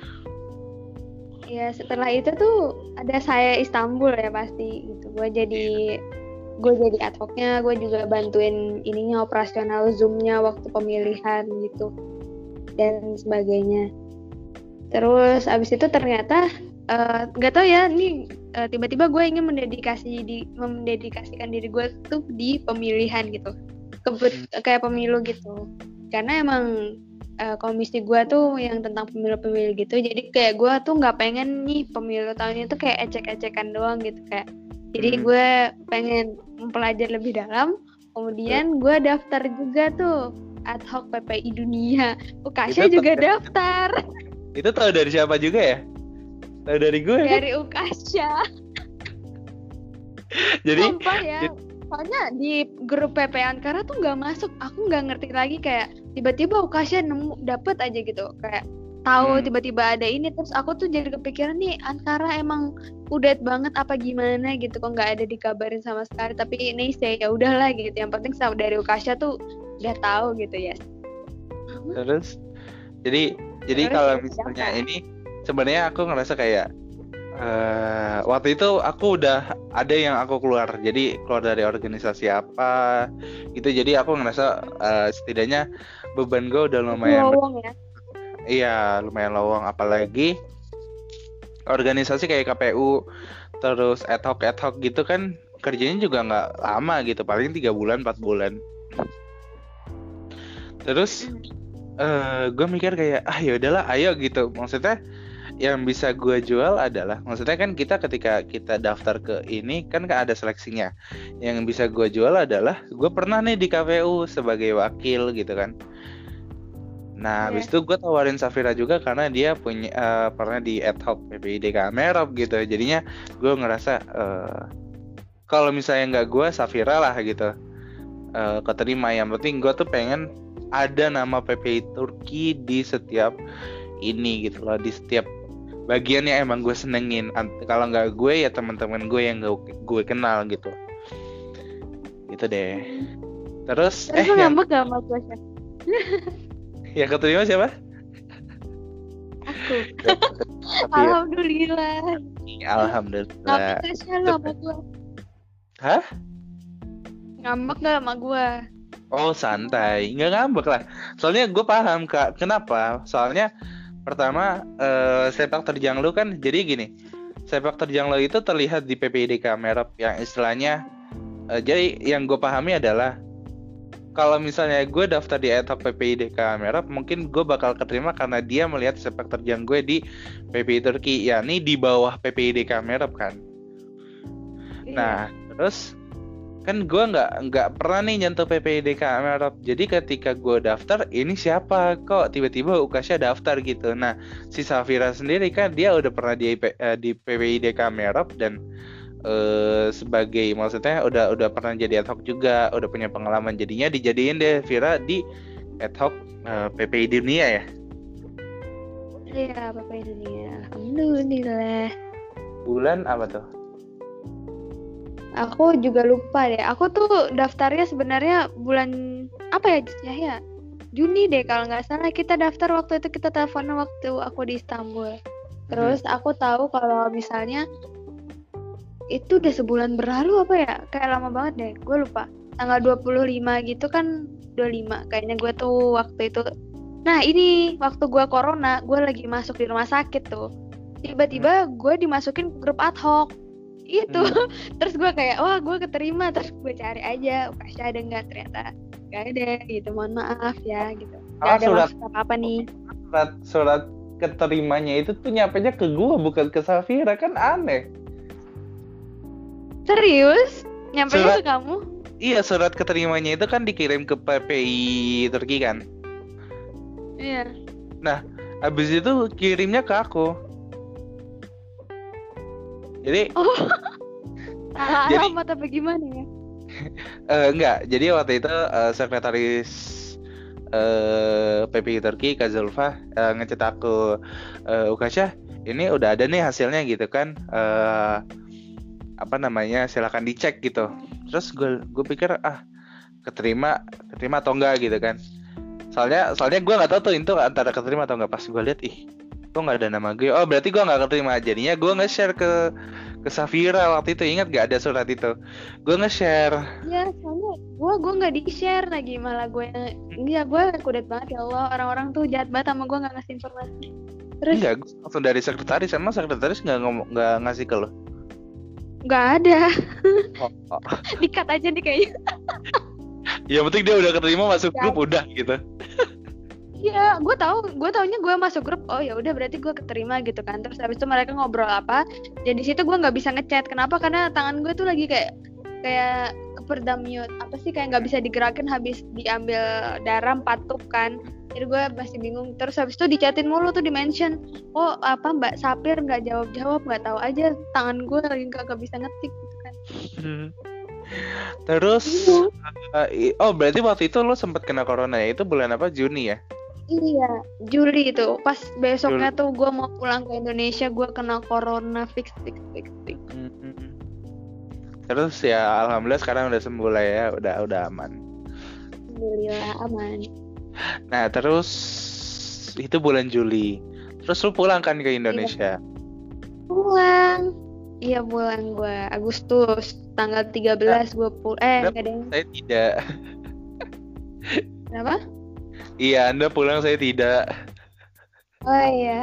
Ya setelah itu tuh ada saya Istanbul ya pasti gitu. Gue jadi gue jadi ad hoc-nya, gue juga bantuin ininya, operasional Zoom-nya waktu pemilihan gitu dan sebagainya. Terus abis itu ternyata nggak uh, tahu ya, ini uh, tiba-tiba gue ingin mendedikasi di mendedikasikan diri gue tuh di pemilihan gitu. Kebut, kayak pemilu gitu, karena emang uh, komisi gue tuh yang tentang pemilu-pemilu gitu, jadi kayak gue tuh nggak pengen nih pemilu tahun ini tuh kayak ecek-ecekan doang gitu kayak, jadi hmm. gue pengen mempelajari lebih dalam, kemudian gue daftar juga tuh ad hoc P P I Dunia, Ukasha juga t- daftar. Itu tahu dari siapa juga ya? Tahu dari gue? Dari Ukasha. Jadi Sumpah ya. Jadi, soalnya di grup P P Ankara tuh nggak masuk, aku nggak ngerti lagi, kayak tiba-tiba Ukasha nemu dapet aja gitu, kayak tahu hmm. tiba-tiba ada ini, terus aku tuh jadi kepikiran nih Ankara emang udah banget apa gimana gitu, kok nggak ada dikabarin sama sekali. Tapi ini saya ya udahlah gitu, yang penting sama dari Ukasha tuh udah tahu gitu ya. Terus jadi jadi terus kalau misalnya ya, ini sebenarnya aku ngerasa kayak Uh, waktu itu aku udah ada yang aku keluar, jadi keluar dari organisasi apa gitu, jadi aku ngerasa uh, setidaknya beban gue udah lumayan lowong ya. Iya lumayan lowong, apalagi organisasi kayak K P U terus ad hoc ad hoc gitu kan, kerjanya juga nggak lama gitu, paling tiga bulan empat bulan. Terus uh, gue mikir kayak ah yaudahlah ayo gitu, maksudnya yang bisa gue jual adalah, maksudnya kan kita ketika kita daftar ke ini kan kan ada seleksinya, yang bisa gue jual adalah gue pernah nih di K P U sebagai wakil gitu kan. Nah habis yeah. itu gue tawarin Safira juga karena dia punya uh, pernah di ad hoc P P I D K Merop gitu, jadinya gue ngerasa uh, kalau misalnya nggak gue, Safira lah gitu uh, keterima. Yang penting gue tuh pengen ada nama P P I Turki di setiap ini gitu loh, di setiap bagian yang emang gue senengin. Kalau nggak gue ya teman-teman gue yang gak gue kenal gitu gitu deh. Terus, Terus eh yang ngambek gak sama gue? yang keterima siapa? Tapi ya, Alhamdulillah. alhamdulillah. Ngambek gak sih lo sama gue? Hah? Ngambek gak sama gue? Oh santai, nggak ngambek lah. Soalnya gue paham kak, kenapa? Soalnya pertama eh, sepak terjang lu kan, jadi gini, sepak terjang lo itu terlihat di P P I D K Merop yang istilahnya. eh, jadi yang gue pahami adalah kalau misalnya gue daftar di ad hoc P P I D K Merop, mungkin gue bakal keterima karena dia melihat sepak terjang gue di P P I Turki, yakni di bawah P P I D K Merop kan. Nah, terus kan gue nggak nggak pernah nih nyentuh P P I D K Merop. Jadi ketika gue daftar, ini siapa kok tiba-tiba Ukasha daftar gitu. Nah, si Safira sendiri kan dia udah pernah di eh, di P P I D K Merop dan eh, sebagai maksudnya udah udah pernah jadi ad hoc juga, udah punya pengalaman. Jadinya dijadiin deh Vira di ad hoc eh, P P I Dunia ya. Iya, P P I Dunia. Alhamdulillah. Bulan apa tuh? Aku juga lupa deh. Aku tuh daftarnya sebenarnya bulan apa ya ya? Juni deh kalau nggak salah. Kita daftar waktu itu, kita telepon waktu aku di Istanbul. Terus hmm. aku tahu kalau misalnya itu udah sebulan berlalu apa ya? Kayak lama banget deh. Gue lupa. Tanggal dua puluh lima gitu kan, dua puluh lima kayaknya gue tuh waktu itu. Nah ini waktu gue corona, gue lagi masuk di rumah sakit tuh. Tiba-tiba gue dimasukin ke grup ad hoc. Itu hmm. Terus gue kayak wah gue keterima, terus gue cari aja Ukasha ada nggak, ternyata nggak ada gitu, mohon maaf ya gitu, nggak oh, ada surat, maksud apa apa nih. Surat surat keterimanya itu tuh nyampenya ke gue bukan ke Safira, kan aneh. Serius nyampenya ke kamu? Iya, surat keterimanya itu kan dikirim ke P P I Turki kan. Iya. Nah abis itu kirimnya ke aku. Jadi oh, salah alamat apa gimana ya? uh, enggak, jadi waktu itu uh, sekretaris uh, P P I Turki Kak Zulfa uh, ngechat aku, uh, Ukasha ini udah ada nih hasilnya gitu kan, uh, apa namanya, silakan dicek gitu. Terus gue gue pikir ah keterima keterima atau enggak gitu kan. Soalnya soalnya gue nggak tahu tuh itu antara keterima atau enggak. Pas gue lihat ih kok nggak ada nama gue, oh berarti gue nggak keterima. Jadinya gue nge-share ke ke Safira waktu itu, ingat gak ada surat itu, gue nge-share. Ya soalnya gue gue nggak di-share lagi, malah gue ya gue kudet banget ya Allah, orang-orang tuh jahat banget sama gue, nggak ngasih informasi. Terus enggak, gue langsung dari sekretaris, sama sekretaris nggak ngomong nggak ngasih ke lo? Nggak ada. Oh, oh. Di-cut aja nih kayaknya. Ya penting dia udah keterima masuk ya. Grup udah gitu. Iya, gue tahu, gue taunya gue masuk grup, oh ya udah berarti gue keterima gitu kan. Terus habis itu mereka ngobrol apa, jadi situ gue nggak bisa ngechat. Kenapa? Karena tangan gue tuh lagi kayak kayak keperdam mute, apa sih, kayak nggak bisa digerakin habis diambil darah empat tup kan. Jadi gue masih bingung. Terus habis itu dichatin mulu tuh, di mention, oh apa Mbak Sapir nggak jawab jawab, nggak tahu aja tangan gue lagi nggak bisa ngetik gitu kan. Hmm. Terus, uh, oh berarti waktu itu lo sempat kena corona ya? Itu bulan apa? Juni ya? Iya, Juli itu. Pas besoknya Juli. Tuh gue mau pulang ke Indonesia, gue kena corona fix fix fix fix. Mm-hmm. Terus ya alhamdulillah sekarang udah sembuh lah ya, udah udah aman. Alhamdulillah aman. Nah terus itu bulan Juli. Terus lu pulang kan ke Indonesia? Iya. Pulang. Iya pulang gue Agustus tanggal tiga belas nah, gue pulang. Eh enggak deh. Saya tidak. Kenapa? Iya, Anda pulang, saya tidak. Oh iya.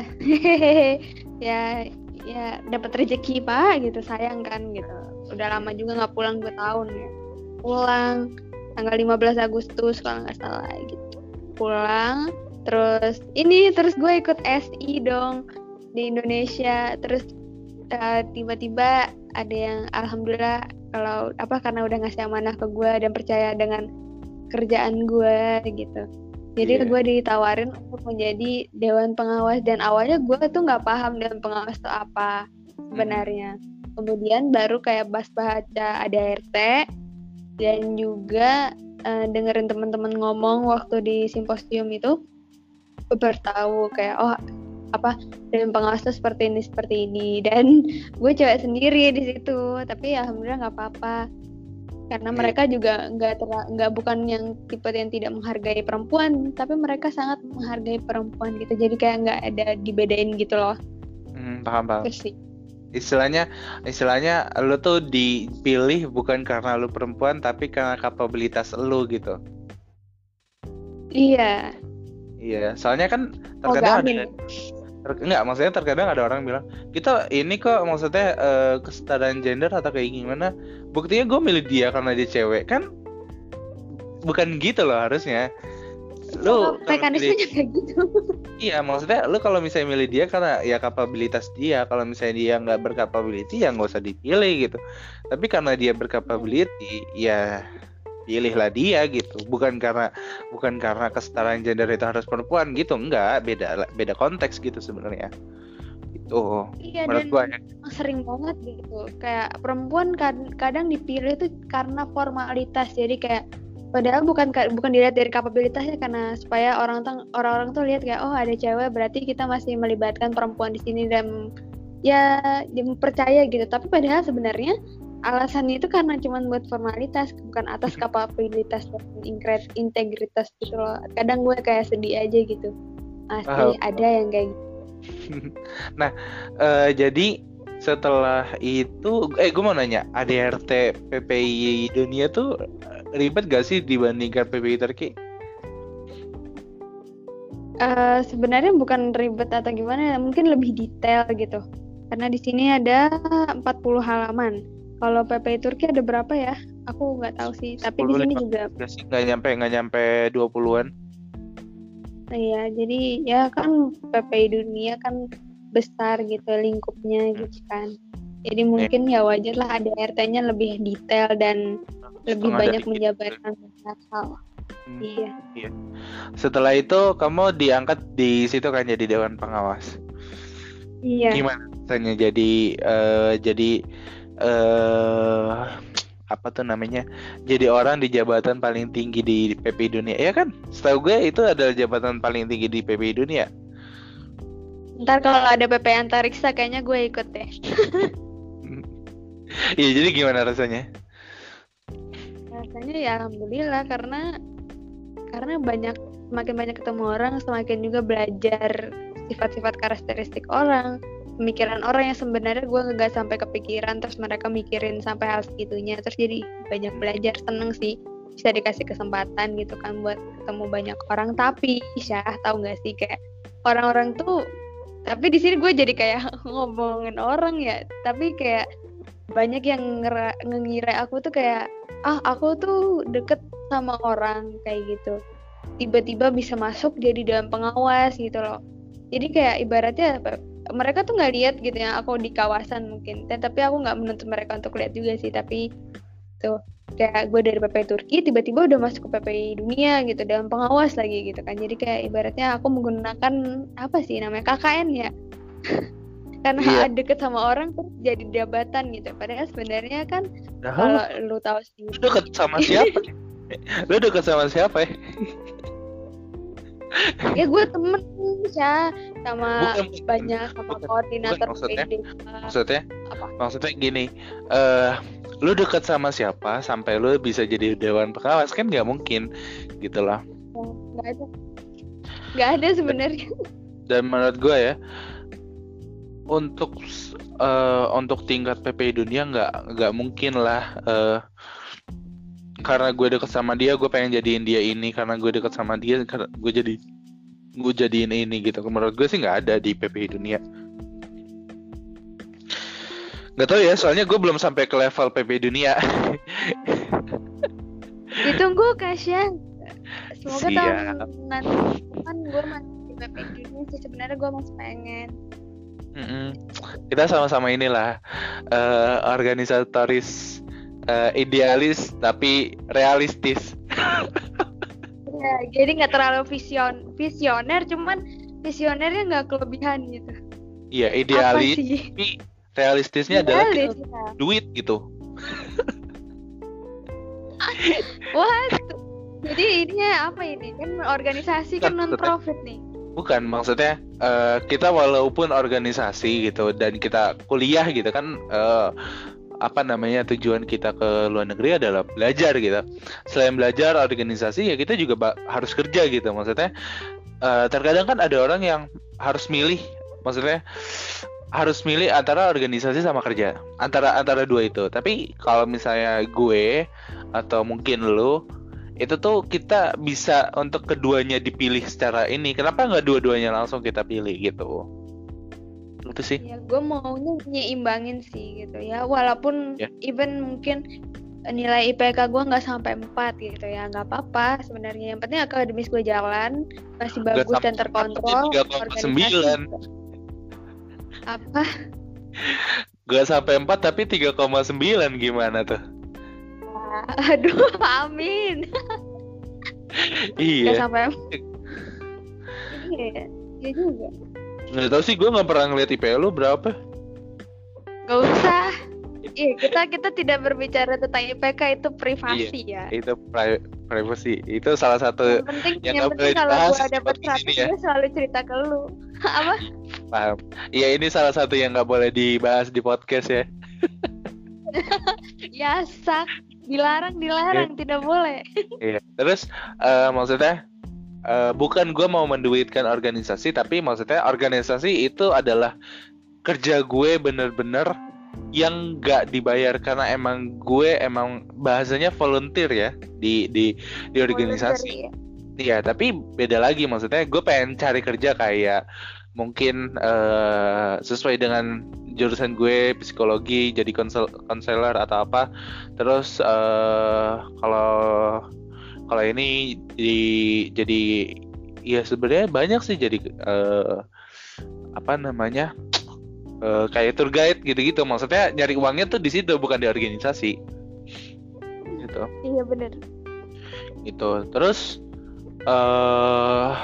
ya ya dapat rezeki Pak gitu, sayang kan gitu. Udah lama juga nggak pulang dua tahun ya. Pulang tanggal lima belas Agustus kalau nggak salah gitu. Pulang terus ini terus gue ikut S I dong di Indonesia. Terus uh, tiba-tiba ada yang alhamdulillah kalau apa karena udah ngasih amanah ke gue dan percaya dengan kerjaan gue gitu. Jadi yeah. gue ditawarin untuk menjadi dewan pengawas, dan awalnya gue tuh nggak paham dewan pengawas itu apa sebenarnya. Hmm. Kemudian baru kayak pas baca A D R T dan juga uh, dengerin teman-teman ngomong waktu di simposium itu, gue baru tahu kayak oh apa dewan pengawas itu seperti ini seperti ini, dan gue cewek sendiri di situ, tapi ya alhamdulillah nggak apa-apa. karena Iya. mereka juga nggak tera- nggak bukan yang tipe yang tidak menghargai perempuan, tapi mereka sangat menghargai perempuan gitu, jadi kayak nggak ada dibedain gitu loh. Hmm, paham paham. Terus sih Istilahnya istilahnya lu tuh dipilih bukan karena lu perempuan tapi karena kapabilitas lu gitu. iya. Iya, soalnya kan Oh terkadang amin. ada ter- enggak, maksudnya terkadang ada orang bilang kita ini kok maksudnya eh, kesetaraan gender atau kayak gimana. Buktinya gue milih dia karena dia cewek kan, bukan gitu loh harusnya. Lu Oh, kalau mekanismenya milih, kayak gitu. iya maksudnya lu kalau misalnya milih dia karena ya kapabilitas dia, kalau misalnya dia nggak berkapability ya nggak usah dipilih gitu. Tapi karena dia berkapability ya pilihlah dia gitu, bukan karena bukan karena kesetaraan gender itu harus perempuan gitu, enggak, beda beda konteks gitu sebenarnya. Itu Iya, menurut dan gua ya. sering banget gitu. Kayak perempuan kad- kadang dipilih itu karena formalitas. Jadi kayak padahal bukan ka- bukan dilihat dari kapabilitasnya, karena supaya orang tuh orang-orang tuh lihat kayak oh ada cewek berarti kita masih melibatkan perempuan di sini dan ya dia percaya gitu. Tapi padahal sebenarnya alasannya itu karena cuma buat formalitas, bukan atas kapabilitas dan ingre- integritas gitu loh. Kadang gue kayak sedih aja gitu. Paham. Asli ada yang kayak gitu. Nah, eh, jadi setelah itu, eh gue mau nanya, A D R T P P I dunia tuh ribet gak sih dibandingkan P P I Turki? Eh, sebenarnya bukan ribet atau gimana ya, mungkin lebih detail gitu. Karena di sini ada empat puluh halaman. Kalau P P I Turki ada berapa ya? Aku nggak tahu sih. Tapi di sepuluh, sini lima juga, belas sih, nggak nyampe nggak nyampe dua puluhan. nah ya. Jadi ya kan P P I dunia kan besar gitu lingkupnya gitu kan. Jadi mungkin ya wajar lah ada R T-nya lebih detail dan lebih Setengah banyak dari menjabarkan banyak hal. Hmm, Iya. iya. Setelah itu kamu diangkat di situ kan jadi dewan pengawas. Iya. Gimana rasanya jadi eh, jadi eh apa tuh namanya? Jadi orang di jabatan paling tinggi di P P I dunia. Ya kan? Setahu gue itu adalah jabatan paling tinggi di P P I dunia. Ntar kalau ada P P I antariksa kayaknya gue ikut deh. Iya, jadi gimana rasanya? Rasanya ya alhamdulillah, karena karena banyak semakin banyak ketemu orang, semakin juga belajar sifat-sifat karakteristik orang, pemikiran orang yang sebenarnya gue nggak sampai kepikiran, terus mereka mikirin sampai hal segitunya, terus jadi banyak belajar. Seneng sih bisa dikasih kesempatan gitu kan buat ketemu banyak orang. Tapi Syah, tahu nggak sih kayak orang-orang tuh, tapi di sini gue jadi kayak ngomongin orang ya, tapi kayak banyak yang ngera- ngira aku tuh kayak ah aku tuh deket sama orang kayak gitu, tiba-tiba bisa masuk jadi dewan pengawas gitu loh. Jadi kayak ibaratnya apa, mereka tuh nggak lihat gitu ya aku di kawasan mungkin, dan tapi aku nggak menuntut mereka untuk lihat juga sih. Tapi tuh kayak gue dari P P I Turki tiba-tiba udah masuk ke P P I dunia gitu, dewan pengawas lagi gitu kan. Jadi kayak ibaratnya aku menggunakan apa sih namanya K K N ya. Karena Iya. deket sama orang terus jadi jabatan gitu. Padahal sebenarnya kan Nah, kalau lu tahu sih, lu deket sama siapa? Lu deket sama siapa ya? ya gue temen ya sama Bukan, bukan, banyak sama bukan, koordinator bukan maksudnya. P D. Maksudnya, Apa? maksudnya gini, eh lu deket sama siapa sampai lu bisa jadi dewan pengawas, kan nggak mungkin gitu lah. Nggak ada, nggak ada sebenarnya. Dan menurut gue ya, untuk eh, untuk tingkat P P I dunia nggak nggak mungkin lah. eh, karena gue deket sama dia, gue pengen jadiin dia ini. Karena gue deket sama dia, karena gue jadi gue jadiin ini gitu. Menurut gue sih nggak ada di P P I dunia. Nggak tahu ya, soalnya gue belum sampai ke level P P I dunia. Ditunggu Kasya. Semoga Siap. tahun nanti kan gue masih di P P I dunia sih, sebenarnya gue masih pengen. Mm-mm. Kita sama-sama inilah eh, organisatoris, eh, idealis tapi realistis. Ya, jadi nggak terlalu vision visioner, cuman visionernya nggak kelebihan gitu. Iya, Apa idealis sih? tapi realistisnya adalah kita Idealis, ya. duit gitu. What? Jadi ini apa ini? Kan organisasi kan non profit nih. Bukan, maksudnya eh, kita walaupun organisasi gitu dan kita kuliah gitu kan, eh, apa namanya tujuan kita ke luar negeri adalah belajar gitu. Selain belajar organisasi ya kita juga ba- harus kerja gitu. Maksudnya uh, terkadang kan ada orang yang harus milih, maksudnya harus milih antara organisasi sama kerja, antara antara dua itu. Tapi kalau misalnya gue atau mungkin lu, itu tuh kita bisa untuk keduanya dipilih secara ini. Kenapa nggak dua-duanya langsung kita pilih gitu? Itu sih. Ya gue maunya nyeimbangin sih gitu ya. Walaupun Ya. even mungkin nilai I P K gue nggak sampai empat gitu ya, nggak apa-apa sebenarnya. Yang penting akademis gue jalan, masih Nggak bagus sampai dan terkontrol. tiga koma sembilan. Apa? Gak sampai empat tapi tiga koma sembilan gimana tuh? Aduh, amin. Iya. Gak sampai. Iya, iya juga. Nggak tahu sih, gue nggak pernah ngeliat I P lu berapa. Gak usah. Iya, kita kita tidak berbicara tentang I P K, itu privasi Iya, ya. itu pri- privacy. Itu salah satu Yang penting, yang yang nggak penting boleh kalau dibahas gue di dapet podcast ini seratus, ya. gue selalu cerita ke lu. Apa? Paham. Iya, ini salah satu yang nggak boleh dibahas di podcast ya. Ya, sak. Dilarang, dilarang, tidak boleh. Iya. Terus uh, maksudnya uh, bukan gue mau menduitkan organisasi, tapi maksudnya organisasi itu adalah kerja gue bener-bener yang nggak dibayar karena emang gue emang bahasanya volunteer ya di di di organisasi. Iya, tapi beda lagi, maksudnya gue pengen cari kerja kayak mungkin uh, sesuai dengan jurusan gue, psikologi, jadi konsel konselor atau apa. Terus uh, kalau kalau ini di jadi ya sebenarnya banyak sih, jadi uh, apa namanya uh, kayak tour guide gitu-gitu. Maksudnya nyari uangnya tuh di situ, bukan di organisasi. Gitu. Iya benar. Gitu. Terus uh,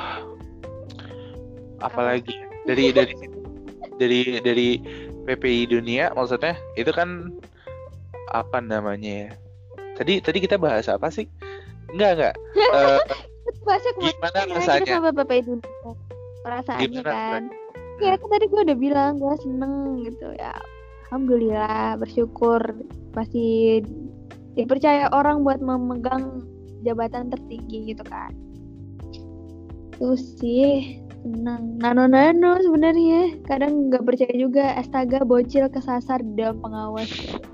apalagi dari dari dari dari P P I dunia, maksudnya itu kan apa namanya ya? Tadi tadi kita bahas apa sih? Enggak enggak. Uh, Bahasa gimana ya, rasanya? kita sama P P I dunia. Perasaannya Gimana, kan. Ya kan tadi gue udah bilang gue seneng gitu ya. Alhamdulillah, bersyukur masih dipercaya orang buat memegang jabatan tertinggi gitu kan. Terus sih senang, nano-nano sebenarnya. Kadang nggak percaya juga, astaga bocil kesasar di dalam pengawas.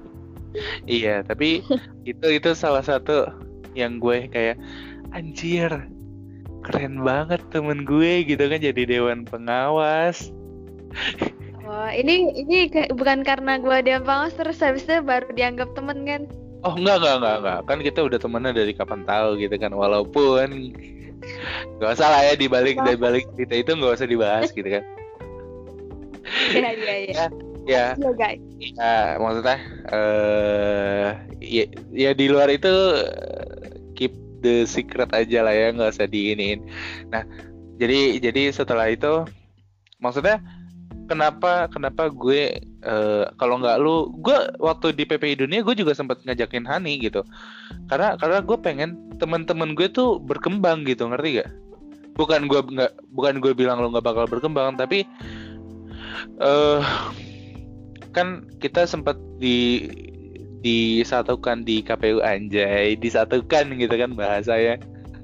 Iya, tapi itu itu salah satu yang gue kayak anjir, keren banget temen gue gitu kan jadi dewan pengawas. Oh, ini ini ke, bukan karena gue dewan pengawas terus habis itu baru dianggap temen kan? Oh enggak enggak enggak enggak, kan kita udah temenan dari kapan tahu gitu kan, walaupun nggak usah lah ya dibalik dibalik cerita itu nggak usah dibahas gitu kan. Iya iya iya. Ya, ya, ya guys. Ya maksudnya uh, ya, ya di luar itu uh, keep the secret aja lah ya, nggak usah diinin. Nah jadi jadi setelah itu maksudnya kenapa kenapa gue uh, kalau nggak lu, gue waktu di P P I dunia gue juga sempat ngajakin Hani gitu, karena karena gue pengen teman-teman gue tuh berkembang gitu, ngerti gak? Bukan gue nggak bukan gue bilang lu nggak bakal berkembang, tapi uh, kan kita sempat di disatukan di K P U, anjay disatukan gitu kan bahasanya.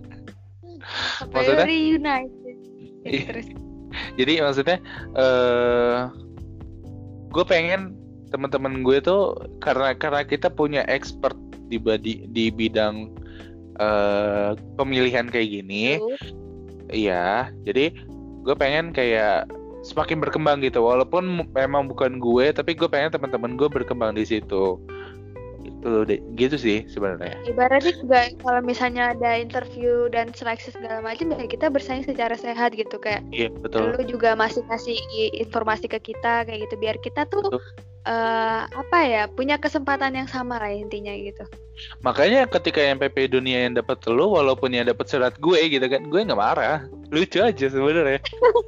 K P U reunited. Ya, terus. Jadi maksudnya uh, gue pengen teman-teman gue tuh karena karena kita punya expert di di, di bidang uh, pemilihan kayak gini. Iya, jadi gue pengen kayak semakin berkembang gitu, walaupun memang bukan gue, tapi gue pengen teman-teman gue berkembang di situ. Itu gitu sih sebenarnya. Ibaratnya juga kalau misalnya ada interview dan seleksi segala macam, ya kita bersaing secara sehat gitu, kayak. Iya betul. Lu juga masih kasih informasi ke kita kayak gitu, biar kita tuh uh, apa ya punya kesempatan yang sama lah intinya gitu. Makanya ketika yang P P I dunia yang dapat lu, walaupun yang dapat surat gue gitu kan, gue nggak marah, lucu aja sebenarnya.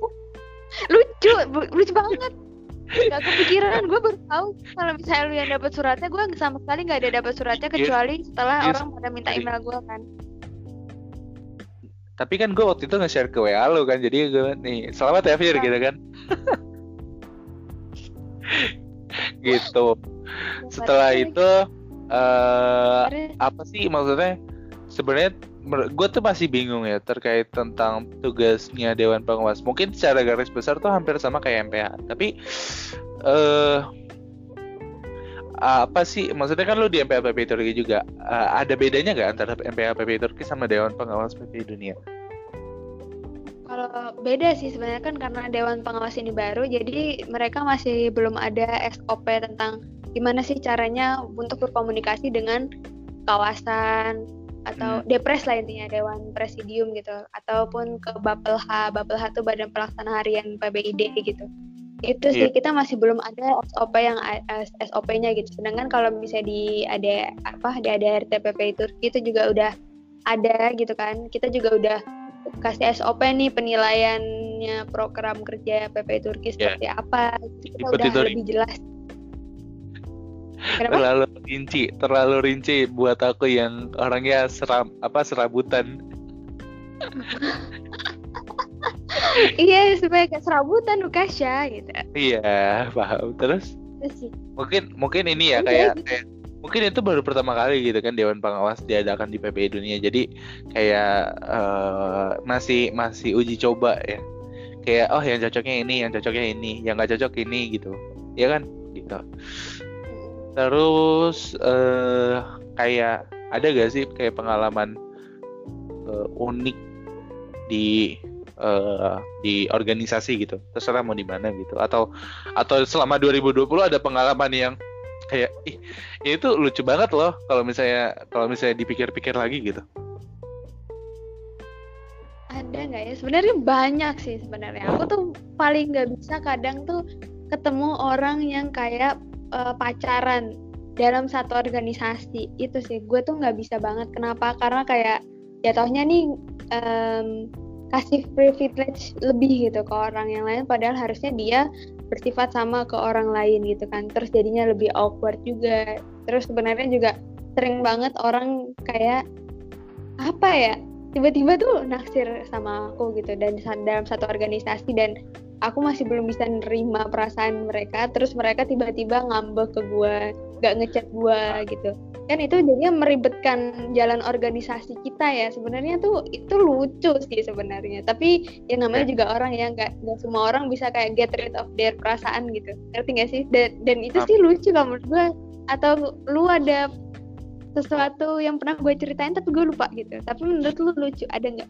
lucu, lucu banget. Gak kepikiran, gue baru tahu kalau misalnya lu yang dapat suratnya, gue sama sekali nggak ada dapat suratnya kecuali setelah yes, orang pada minta email gue kan. Tapi kan gue waktu itu nge-share ke W A lu kan, jadi gue nih selamat ya Fir gitu kan. Gitu. Setelah Kemarin itu eh kemarin apa sih maksudnya? Sebenarnya gue tuh masih bingung ya terkait tentang tugasnya Dewan Pengawas. Mungkin secara garis besar tuh hampir sama kayak M P H. Tapi eh apa sih? Maksudnya kan lu di M P H P P I Turki juga. Eh, ada bedanya nggak antara M P H P P I Turki sama Dewan Pengawas P P I Dunia? kalau beda sih sebenarnya kan karena Dewan Pengawas ini baru, jadi mereka masih belum ada S O P tentang gimana sih caranya untuk berkomunikasi dengan kawasan atau Hmm. Depres lah intinya Dewan Presidium gitu, ataupun ke Bapelha. Bapelha itu Badan Pelaksana Harian P B I D gitu. Itu Iya. sih kita masih belum ada S O P yang S O P-nya gitu. Sedangkan kalau misalnya di ada apa di A D R T P P I Turki itu juga udah ada gitu kan. Kita juga udah kasih S O P nih penilaiannya program kerja P P I Turki Ya, seperti apa. Kita seperti udah itu lebih jelas. Kenapa? terlalu rinci, terlalu rinci buat aku yang orangnya seram apa serabutan. Iya, supaya kayak serabutan Ukasha gitu. Iya, paham. Terus Terus sih. mungkin mungkin ini ya Udah kayak, gitu. kayak mungkin itu baru pertama kali gitu kan Dewan Pengawas diadakan di P P I Dunia. Jadi kayak eh, masih masih uji coba ya. Kayak oh yang cocoknya ini, yang cocoknya ini, yang nggak cocok ini gitu. Ya kan? Gitu. Terus eh kayak ada gak sih kayak pengalaman eh, unik di eh, di organisasi gitu, terserah mau di mana gitu, atau atau selama dua ribu dua puluh ada pengalaman yang kayak ih ya itu lucu banget loh kalau misalnya kalau misalnya dipikir-pikir lagi gitu. Ada nggak ya? Sebenarnya banyak sih sebenarnya. Aku tuh paling nggak bisa kadang tuh ketemu orang yang kayak uh, pacaran dalam satu organisasi. Itu sih, gue tuh nggak bisa banget. Kenapa? Karena kayak jatuhnya nih um, kasih privilege lebih gitu ke orang yang lain. Padahal harusnya dia bersifat sama ke orang lain gitu kan. Terus jadinya lebih awkward juga. Terus sebenarnya juga sering banget orang kayak apa ya? Tiba-tiba tuh naksir sama aku gitu dan dalam satu organisasi dan aku masih belum bisa nerima perasaan mereka, terus mereka tiba-tiba ngambek ke gue, gak ngechat gue gitu kan, itu jadinya meribetkan jalan organisasi kita ya. Sebenarnya tuh itu lucu sih sebenarnya, tapi ya namanya juga orang ya, gak, gak semua orang bisa kayak get rid of their perasaan gitu, ngerti gak sih? Dan, dan itu sih lucu kalau menurut gue. Atau lu ada sesuatu yang pernah gue ceritain tapi gue lupa gitu, tapi menurut lu lucu, ada nggak?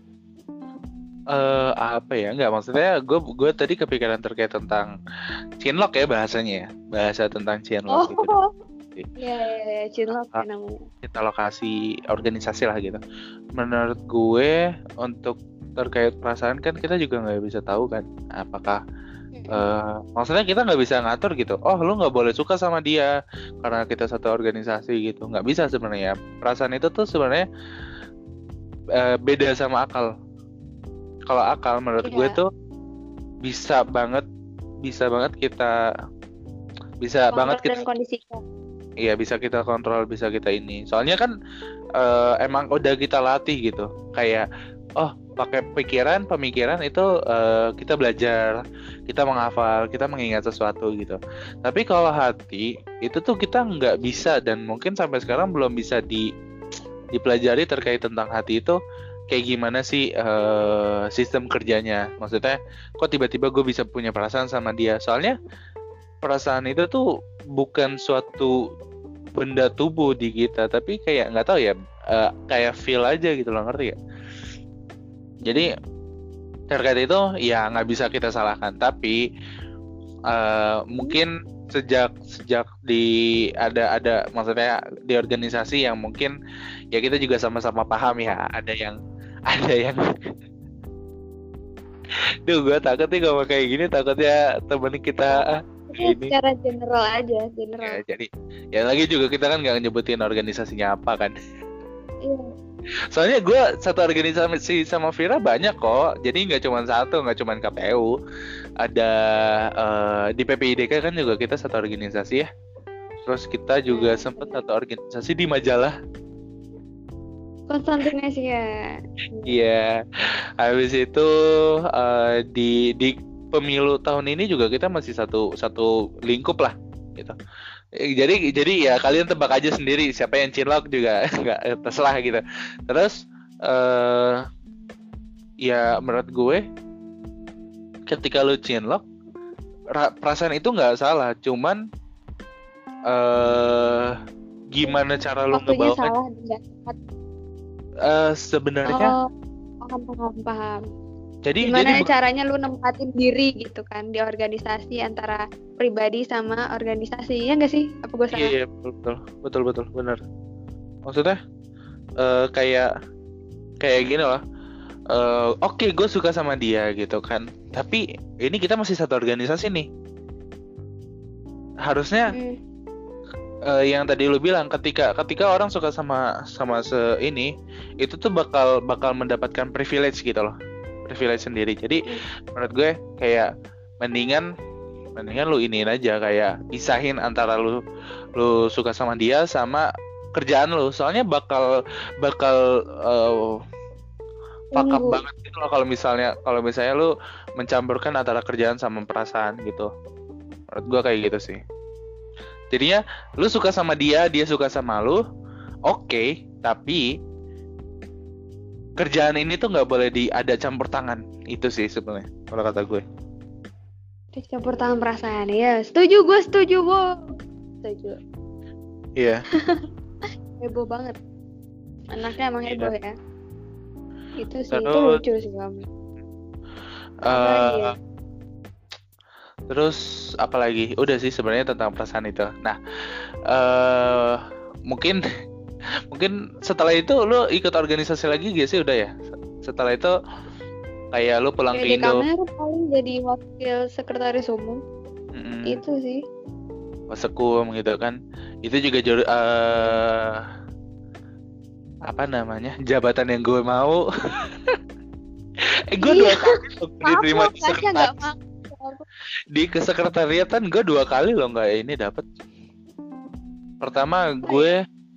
Eh apa ya, nggak, maksudnya gue gue tadi kepikiran terkait tentang chinlock ya bahasanya ya, bahasa tentang chinlock gitu. Oh iya ya, chinlock ya namanya. Kita lokasi organisasi lah gitu. Menurut gue untuk terkait perasaan kan kita juga nggak bisa tahu kan apakah Uh, maksudnya kita nggak bisa ngatur gitu. Oh lu nggak boleh suka sama dia karena kita satu organisasi gitu. Nggak bisa sebenarnya. Perasaan itu tuh sebenarnya uh, beda sama akal. Kalau akal menurut yeah. gue tuh bisa banget, bisa banget kita bisa kontrol banget kita. Kondisikan. Iya bisa kita kontrol, bisa kita ini. Soalnya kan uh, emang udah kita latih gitu. Kayak oh pakai pikiran, pemikiran itu uh, kita belajar, kita menghafal, kita mengingat sesuatu gitu. Tapi kalau hati itu tuh kita nggak bisa dan mungkin sampai sekarang belum bisa di dipelajari terkait tentang hati itu kayak gimana sih uh, sistem kerjanya. Maksudnya kok tiba-tiba gue bisa punya perasaan sama dia. Soalnya perasaan itu tuh bukan suatu benda tubuh di kita, tapi kayak nggak tahu ya, uh, kayak feel aja gitu loh, ngerti ya? Jadi terkait itu ya nggak bisa kita salahkan, tapi uh, mungkin sejak sejak di ada ada maksudnya di organisasi yang mungkin ya kita juga sama-sama paham ya, ada yang ada yang duh gue takut nih kalau kayak gini, takutnya temen kita ini secara general aja general ya, jadi ya lagi juga kita kan nggak nyebutin organisasinya apa kan. Iya. Soalnya gue satu organisasi sama Vira banyak kok, jadi nggak cuma satu, nggak cuma K P U, ada uh, di P P I D K kan juga kita satu organisasi ya. Terus kita juga hmm. sempat satu organisasi di majalah Konstantin Asia. Iya, habis itu uh, di di pemilu tahun ini juga kita masih satu satu lingkup lah gitu. Eh, jadi jadi ya kalian tebak aja sendiri siapa yang cinlok juga nggak terserah gitu. Terus eh ya menurut gue ketika lu cinlok ra- perasaan itu nggak salah, cuman eh gimana cara lu Waktunya ngebawa salah nggak tepat. eh sebenarnya Oh, paham paham paham. jadi Gimana jadi caranya lu nempatin diri gitu kan di organisasi antara pribadi sama organisasi, ya nggak sih? Apa gue iya, salah? iya betul betul betul betul benar. Maksudnya eh, kayak kayak gini loh. Eh, Oke, gue suka sama dia gitu kan. Tapi ini kita masih satu organisasi nih. Harusnya Hmm. eh, yang tadi lu bilang ketika ketika orang suka sama sama se ini itu tuh bakal bakal mendapatkan privilege gitu loh. Privilege sendiri. Jadi Hmm. menurut gue kayak mendingan mendingan lu iniin aja kayak pisahin antara lu lu suka sama dia sama kerjaan lu. Soalnya bakal bakal eh, fuck up Tunggu. banget gitu loh kalau misalnya kalau misalnya lu mencampurkan antara kerjaan sama perasaan gitu. Menurut gua kayak gitu sih. Jadinya lu suka sama dia, dia suka sama lu, oke, tapi kerjaan ini tuh nggak boleh di ada campur tangan. Itu sih sebenarnya kalau kata gue. Campur tangan perasaan ya. Setuju, gue setuju, Bo. Setuju. Iya. Heboh banget. Anaknya emang Iya. heboh ya. Itu sih, itu Terus lucu sih kamu. eh, ya? terus apa lagi? Udah sih sebenarnya tentang perasaan itu. Nah, eh mungkin mungkin setelah itu lu ikut organisasi lagi gak sih udah ya? Setelah itu kayak lu pulang ke Jadi Indo, kamera paling jadi wakil sekretaris umum. mm-mm, Itu sih. Wasekum gitu kan. Itu juga jur, eh, apa namanya? Jabatan yang gue mau. eh gue dua Iya. kali loh Maaf diterima loh, di Kasya nggak sekretariat. mau. Di kesekretariatan gue dua kali loh nggak ini dapet. Pertama gue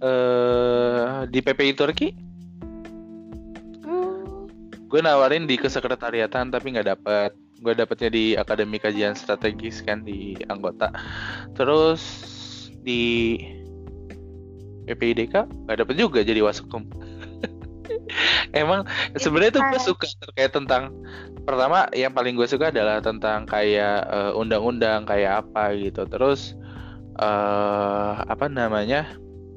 eh di P P I Turki, Hmm. gue nawarin di kesekretariatan tapi nggak dapet. Gue dapetnya di Akademi Kajian Strategis kan di anggota. Terus di P P I D K nggak dapet juga jadi wasekum. Emang sebenarnya tuh gue suka terkait tentang pertama yang paling gue suka adalah tentang kayak uh, undang-undang kayak apa gitu. Terus uh, apa namanya?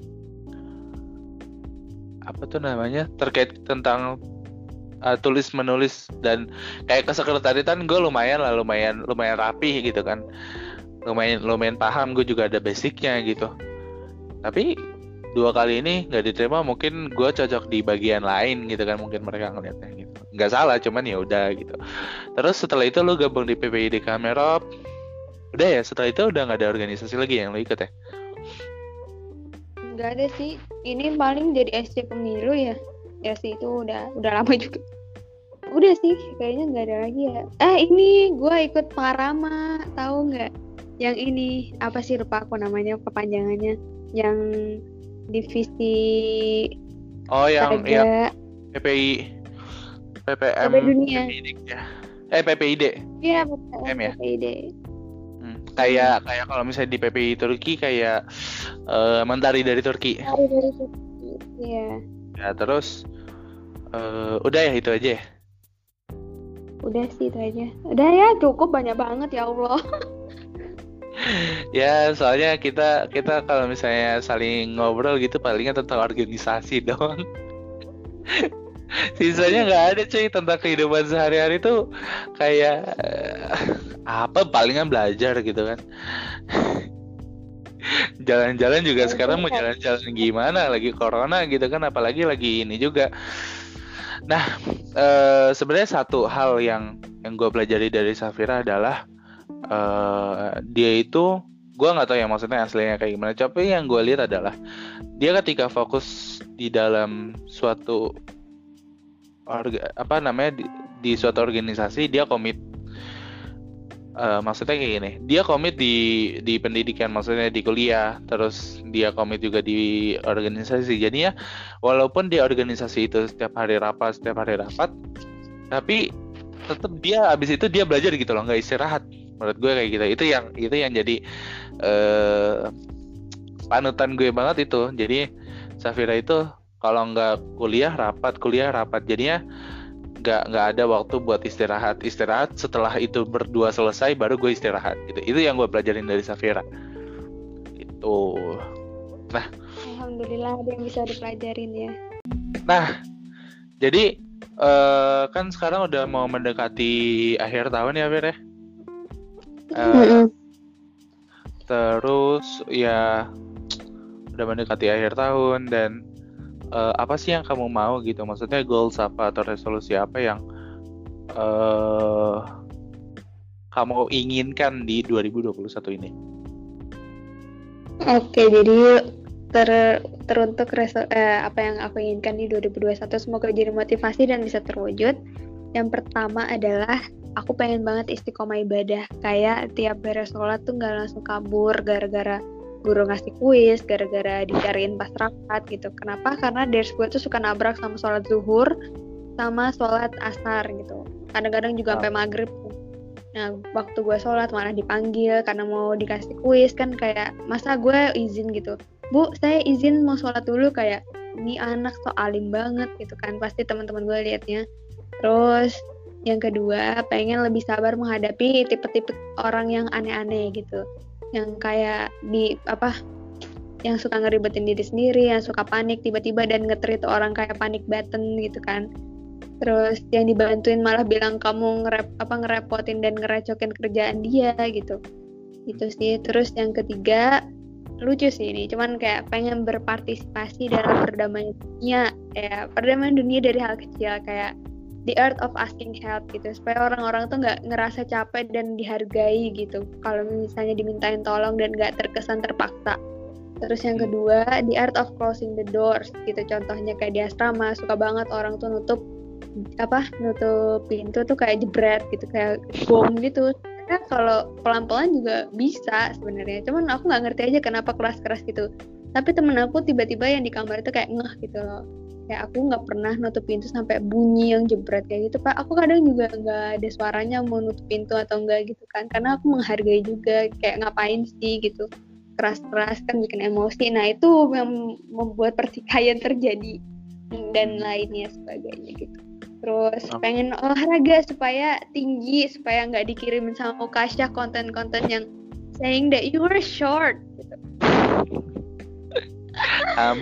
Apa tuh namanya? Terkait tentang uh, tulis menulis dan kayak kesekretariatan gue lumayan lah lumayan lumayan rapi gitu kan. Lumayan lumayan paham, gue juga ada basicnya gitu. Tapi dua kali ini nggak diterima, mungkin gue cocok di bagian lain gitu kan, mungkin mereka ngeliatnya gitu. Nggak salah, cuman ya udah gitu. Terus setelah itu lu gabung di P P I D K Merop, udah ya. Setelah itu udah nggak ada organisasi lagi yang lu ikut ya? Nggak ada sih. Ini paling jadi S C pemilu ya. Ya sih itu udah udah lama juga. Udah sih, kayaknya nggak ada lagi ya. Eh ini gue ikut Parama, tahu nggak? Yang ini apa sih, lupa aku namanya kepanjangannya. Yang divisi Oh yang yang Raga P P I P P M P P Dunia. P P I D ya. Eh P P I D. Iya, M ya? P P I D. Hmm. Kayak kayak kalau misalnya di P P I Turki kayak uh, mentari dari Turki. Dari dari Turki. Iya. Ya terus uh, udah ya itu aja ya. Udah sih itu aja. Udah ya, cukup, banyak banget ya Allah. Ya soalnya kita kita kalau misalnya saling ngobrol gitu palingnya tentang organisasi doang. Sisanya nggak ada cuy tentang kehidupan sehari-hari tuh kayak eh, apa palingan belajar gitu kan. Jalan-jalan juga sekarang mau jalan-jalan gimana lagi corona gitu kan, apalagi lagi ini juga. Nah eh, sebenarnya satu hal yang yang gue pelajari dari Safira adalah Uh, dia itu gue nggak tahu ya maksudnya aslinya kayak gimana, tapi yang gue lihat adalah dia ketika fokus di dalam suatu orga, apa namanya di, di suatu organisasi dia komit. Uh, maksudnya kayak gini, dia komit di di pendidikan, maksudnya di kuliah, terus dia komit juga di organisasi. Jadinya walaupun di organisasi itu setiap hari rapat setiap hari rapat tapi tetap dia abis itu dia belajar gitu loh, nggak istirahat. Menurut gue kayak gitu. Itu yang itu yang jadi uh, panutan gue banget itu. Jadi Safira itu kalau nggak kuliah rapat, kuliah rapat. Jadinya nggak nggak ada waktu buat istirahat. Istirahat setelah itu berdua selesai baru gue istirahat gitu. Itu yang gue pelajarin dari Safira. Itu. Nah, Alhamdulillah ada yang bisa dipelajarin ya. Nah, jadi uh, kan sekarang udah mau mendekati akhir tahun ya, Fir ya. Uh, Mm-mm. terus ya udah mendekati akhir tahun dan uh, apa sih yang kamu mau gitu? Maksudnya goals apa atau resolusi apa yang uh, kamu inginkan di dua ribu dua puluh satu ini? Oke, jadi ter teruntuk reso, eh, apa yang aku inginkan di dua ribu dua puluh satu semoga jadi motivasi dan bisa terwujud. Yang pertama adalah aku pengen banget istiqomah ibadah, kayak tiap beres sholat tuh nggak langsung kabur gara-gara guru ngasih kuis, gara-gara dicariin pas rapat gitu. Kenapa? Karena ders gue tuh suka nabrak sama sholat zuhur sama sholat asar gitu. Kadang-kadang juga sampai maghrib. Nah, waktu gue sholat malah dipanggil karena mau dikasih kuis kan, kayak masa gue izin gitu, Bu, saya izin mau sholat dulu, kayak ini anak so alim banget gitu kan, pasti teman-teman gue liatnya. Terus yang kedua, pengen lebih sabar menghadapi tipe-tipe orang yang aneh-aneh gitu, yang kayak di apa, yang suka ngeribetin diri sendiri, yang suka panik tiba-tiba dan nge-treat orang kayak panic button gitu kan. Terus yang dibantuin malah bilang kamu ngerep apa ngerepotin dan ngerecokin kerjaan dia gitu. Gitu sih. Terus yang ketiga, lucu sih ini, cuman kayak pengen berpartisipasi dalam perdamaian dunia, ya perdamaian dunia dari hal kecil kayak the art of asking help gitu, supaya orang-orang tuh nggak ngerasa capek dan dihargai gitu kalau misalnya dimintain tolong dan nggak terkesan terpaksa. Terus yang kedua, the art of closing the doors gitu, contohnya kayak di asrama suka banget orang tuh nutup apa nutup pintu tuh kayak jebret gitu, kayak bom gitu. Karena kalau pelan-pelan juga bisa sebenarnya, cuman aku nggak ngerti aja kenapa keras-keras gitu. Tapi temen aku tiba-tiba yang di kamar itu kayak ngeh gitu loh, kayak aku nggak pernah nutup pintu sampai bunyi yang jebret kayak gitu Pak. Aku kadang juga nggak ada suaranya mau nutup pintu atau enggak gitu kan, karena aku menghargai juga, kayak ngapain sih gitu keras-keras kan bikin emosi. Nah itu yang membuat pertikaian terjadi dan lainnya sebagainya gitu. Terus pengen olahraga supaya tinggi, supaya nggak dikirimin sama Ukasha konten-konten yang saying that you are short gitu. um.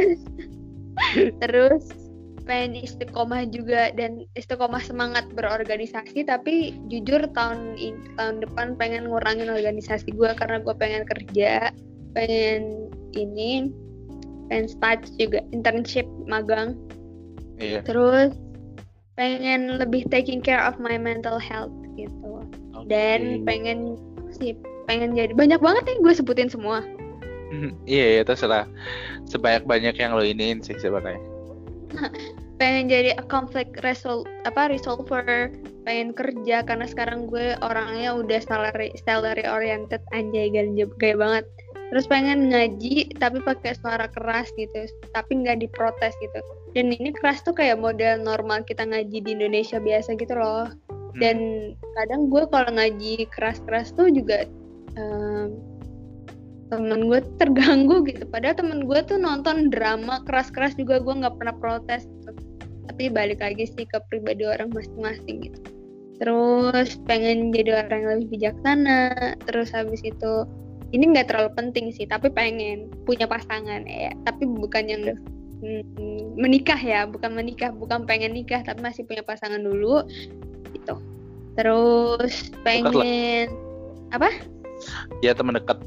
Terus pengen istiqomah juga dan istiqomah semangat berorganisasi, tapi jujur tahun ini, tahun depan pengen ngurangin organisasi gue karena gue pengen kerja, pengen ini, pengen start juga internship magang. Iya. Terus pengen lebih taking care of my mental health gitu. Okay. Dan pengen sih pengen jadi banyak banget nih gue sebutin semua. Iya, itu salah sebanyak-banyak yang lo iniin sih sebenarnya. Pengen jadi a conflict resol apa resolver, pengen kerja karena sekarang gue orangnya udah salary salary oriented, anjay gaya, gaya banget. Terus pengen ngaji tapi pakai suara keras gitu, tapi nggak diprotes gitu. Dan ini keras tuh kayak model normal kita ngaji di Indonesia biasa gitu loh. Dan kadang gue kalau ngaji keras-keras tuh juga um, temen gue terganggu gitu, padahal temen gue tuh nonton drama keras-keras juga gue nggak pernah protes gitu. Tapi balik lagi sih ke pribadi orang masing-masing gitu. Terus pengen jadi orang yang lebih bijaksana. Terus habis itu ini nggak terlalu penting sih, tapi pengen punya pasangan ya, tapi bukan yang mm, menikah ya, bukan menikah, bukan pengen nikah, tapi masih punya pasangan dulu gitu. Terus pengen apa? Ya teman dekat.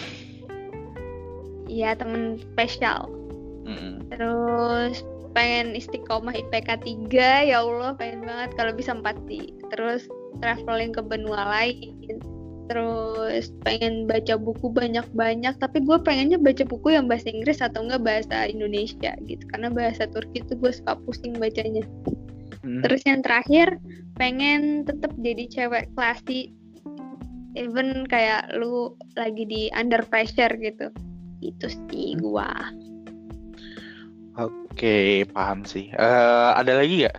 Iya teman spesial. Mm-hmm. Terus pengen istiqomah I P K tiga, ya Allah pengen banget kalau bisa empat sih. Terus traveling ke benua lain. Terus pengen baca buku banyak-banyak, tapi gue pengennya baca buku yang bahasa Inggris atau enggak bahasa Indonesia gitu, karena bahasa Turki itu gue suka pusing bacanya. Hmm. Terus yang terakhir pengen tetap jadi cewek classy, even kayak lu lagi di under pressure gitu. Itu sih gue. Oke, paham sih. Uh, ada lagi gak?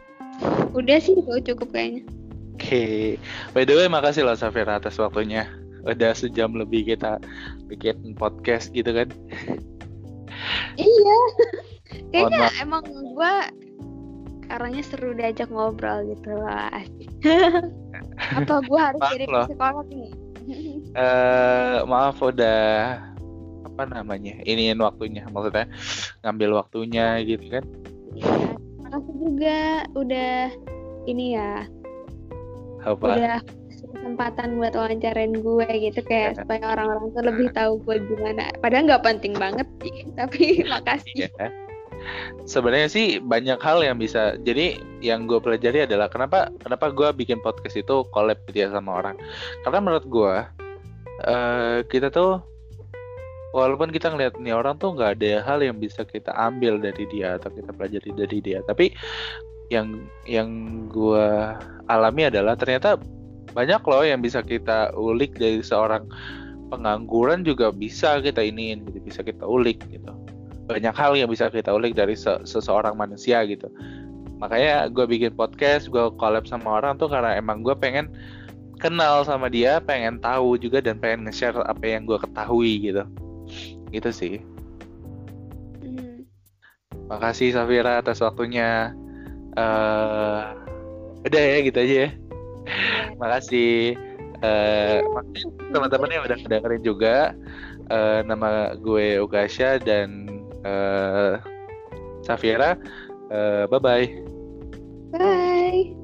Udah sih, itu cukup kayaknya. Oke, okay. By the way, makasih loh Safira atas waktunya. Udah sejam lebih kita bikin podcast gitu kan. Iya. Mohon Kayaknya maaf. emang gue orangnya seru diajak ngobrol gitu lah. Apa gue harus Maaf jadi loh. psikolog nih? Eh maaf udah apa namanya? Iniin waktunya, maksudnya ngambil waktunya gitu kan. Iya. Makasih juga udah ini ya. Apa? Udah kasih kesempatan buat wawancarain gue gitu kayak Ya. supaya orang-orang tuh lebih tahu gue gimana. Padahal nggak penting banget sih, tapi makasih. Iya. Sebenarnya sih banyak hal yang bisa. Jadi yang gue pelajari adalah kenapa kenapa gue bikin podcast itu collab gitu ya sama orang. Karena menurut gue eh, kita tuh walaupun kita ngeliat nih orang tuh nggak ada hal yang bisa kita ambil dari dia atau kita pelajari dari dia. Tapi yang yang gue alami adalah ternyata banyak loh yang bisa kita ulik dari seorang pengangguran juga bisa kita iniin gitu, bisa kita ulik gitu. Banyak hal yang bisa kita ulik dari se- seseorang manusia gitu. Makanya gue bikin podcast, gue collab sama orang tuh karena emang gue pengen kenal sama dia, pengen tahu juga dan pengen nge-share apa yang gue ketahui gitu. Gitu sih. Hmm. Makasih Safira atas waktunya. Uh, udah ya gitu aja ya. Makasih. Uh, makasih teman-teman yang udah dengerin juga. Uh, nama gue Ukasha dan uh, Safira. Uh, bye-bye. Bye.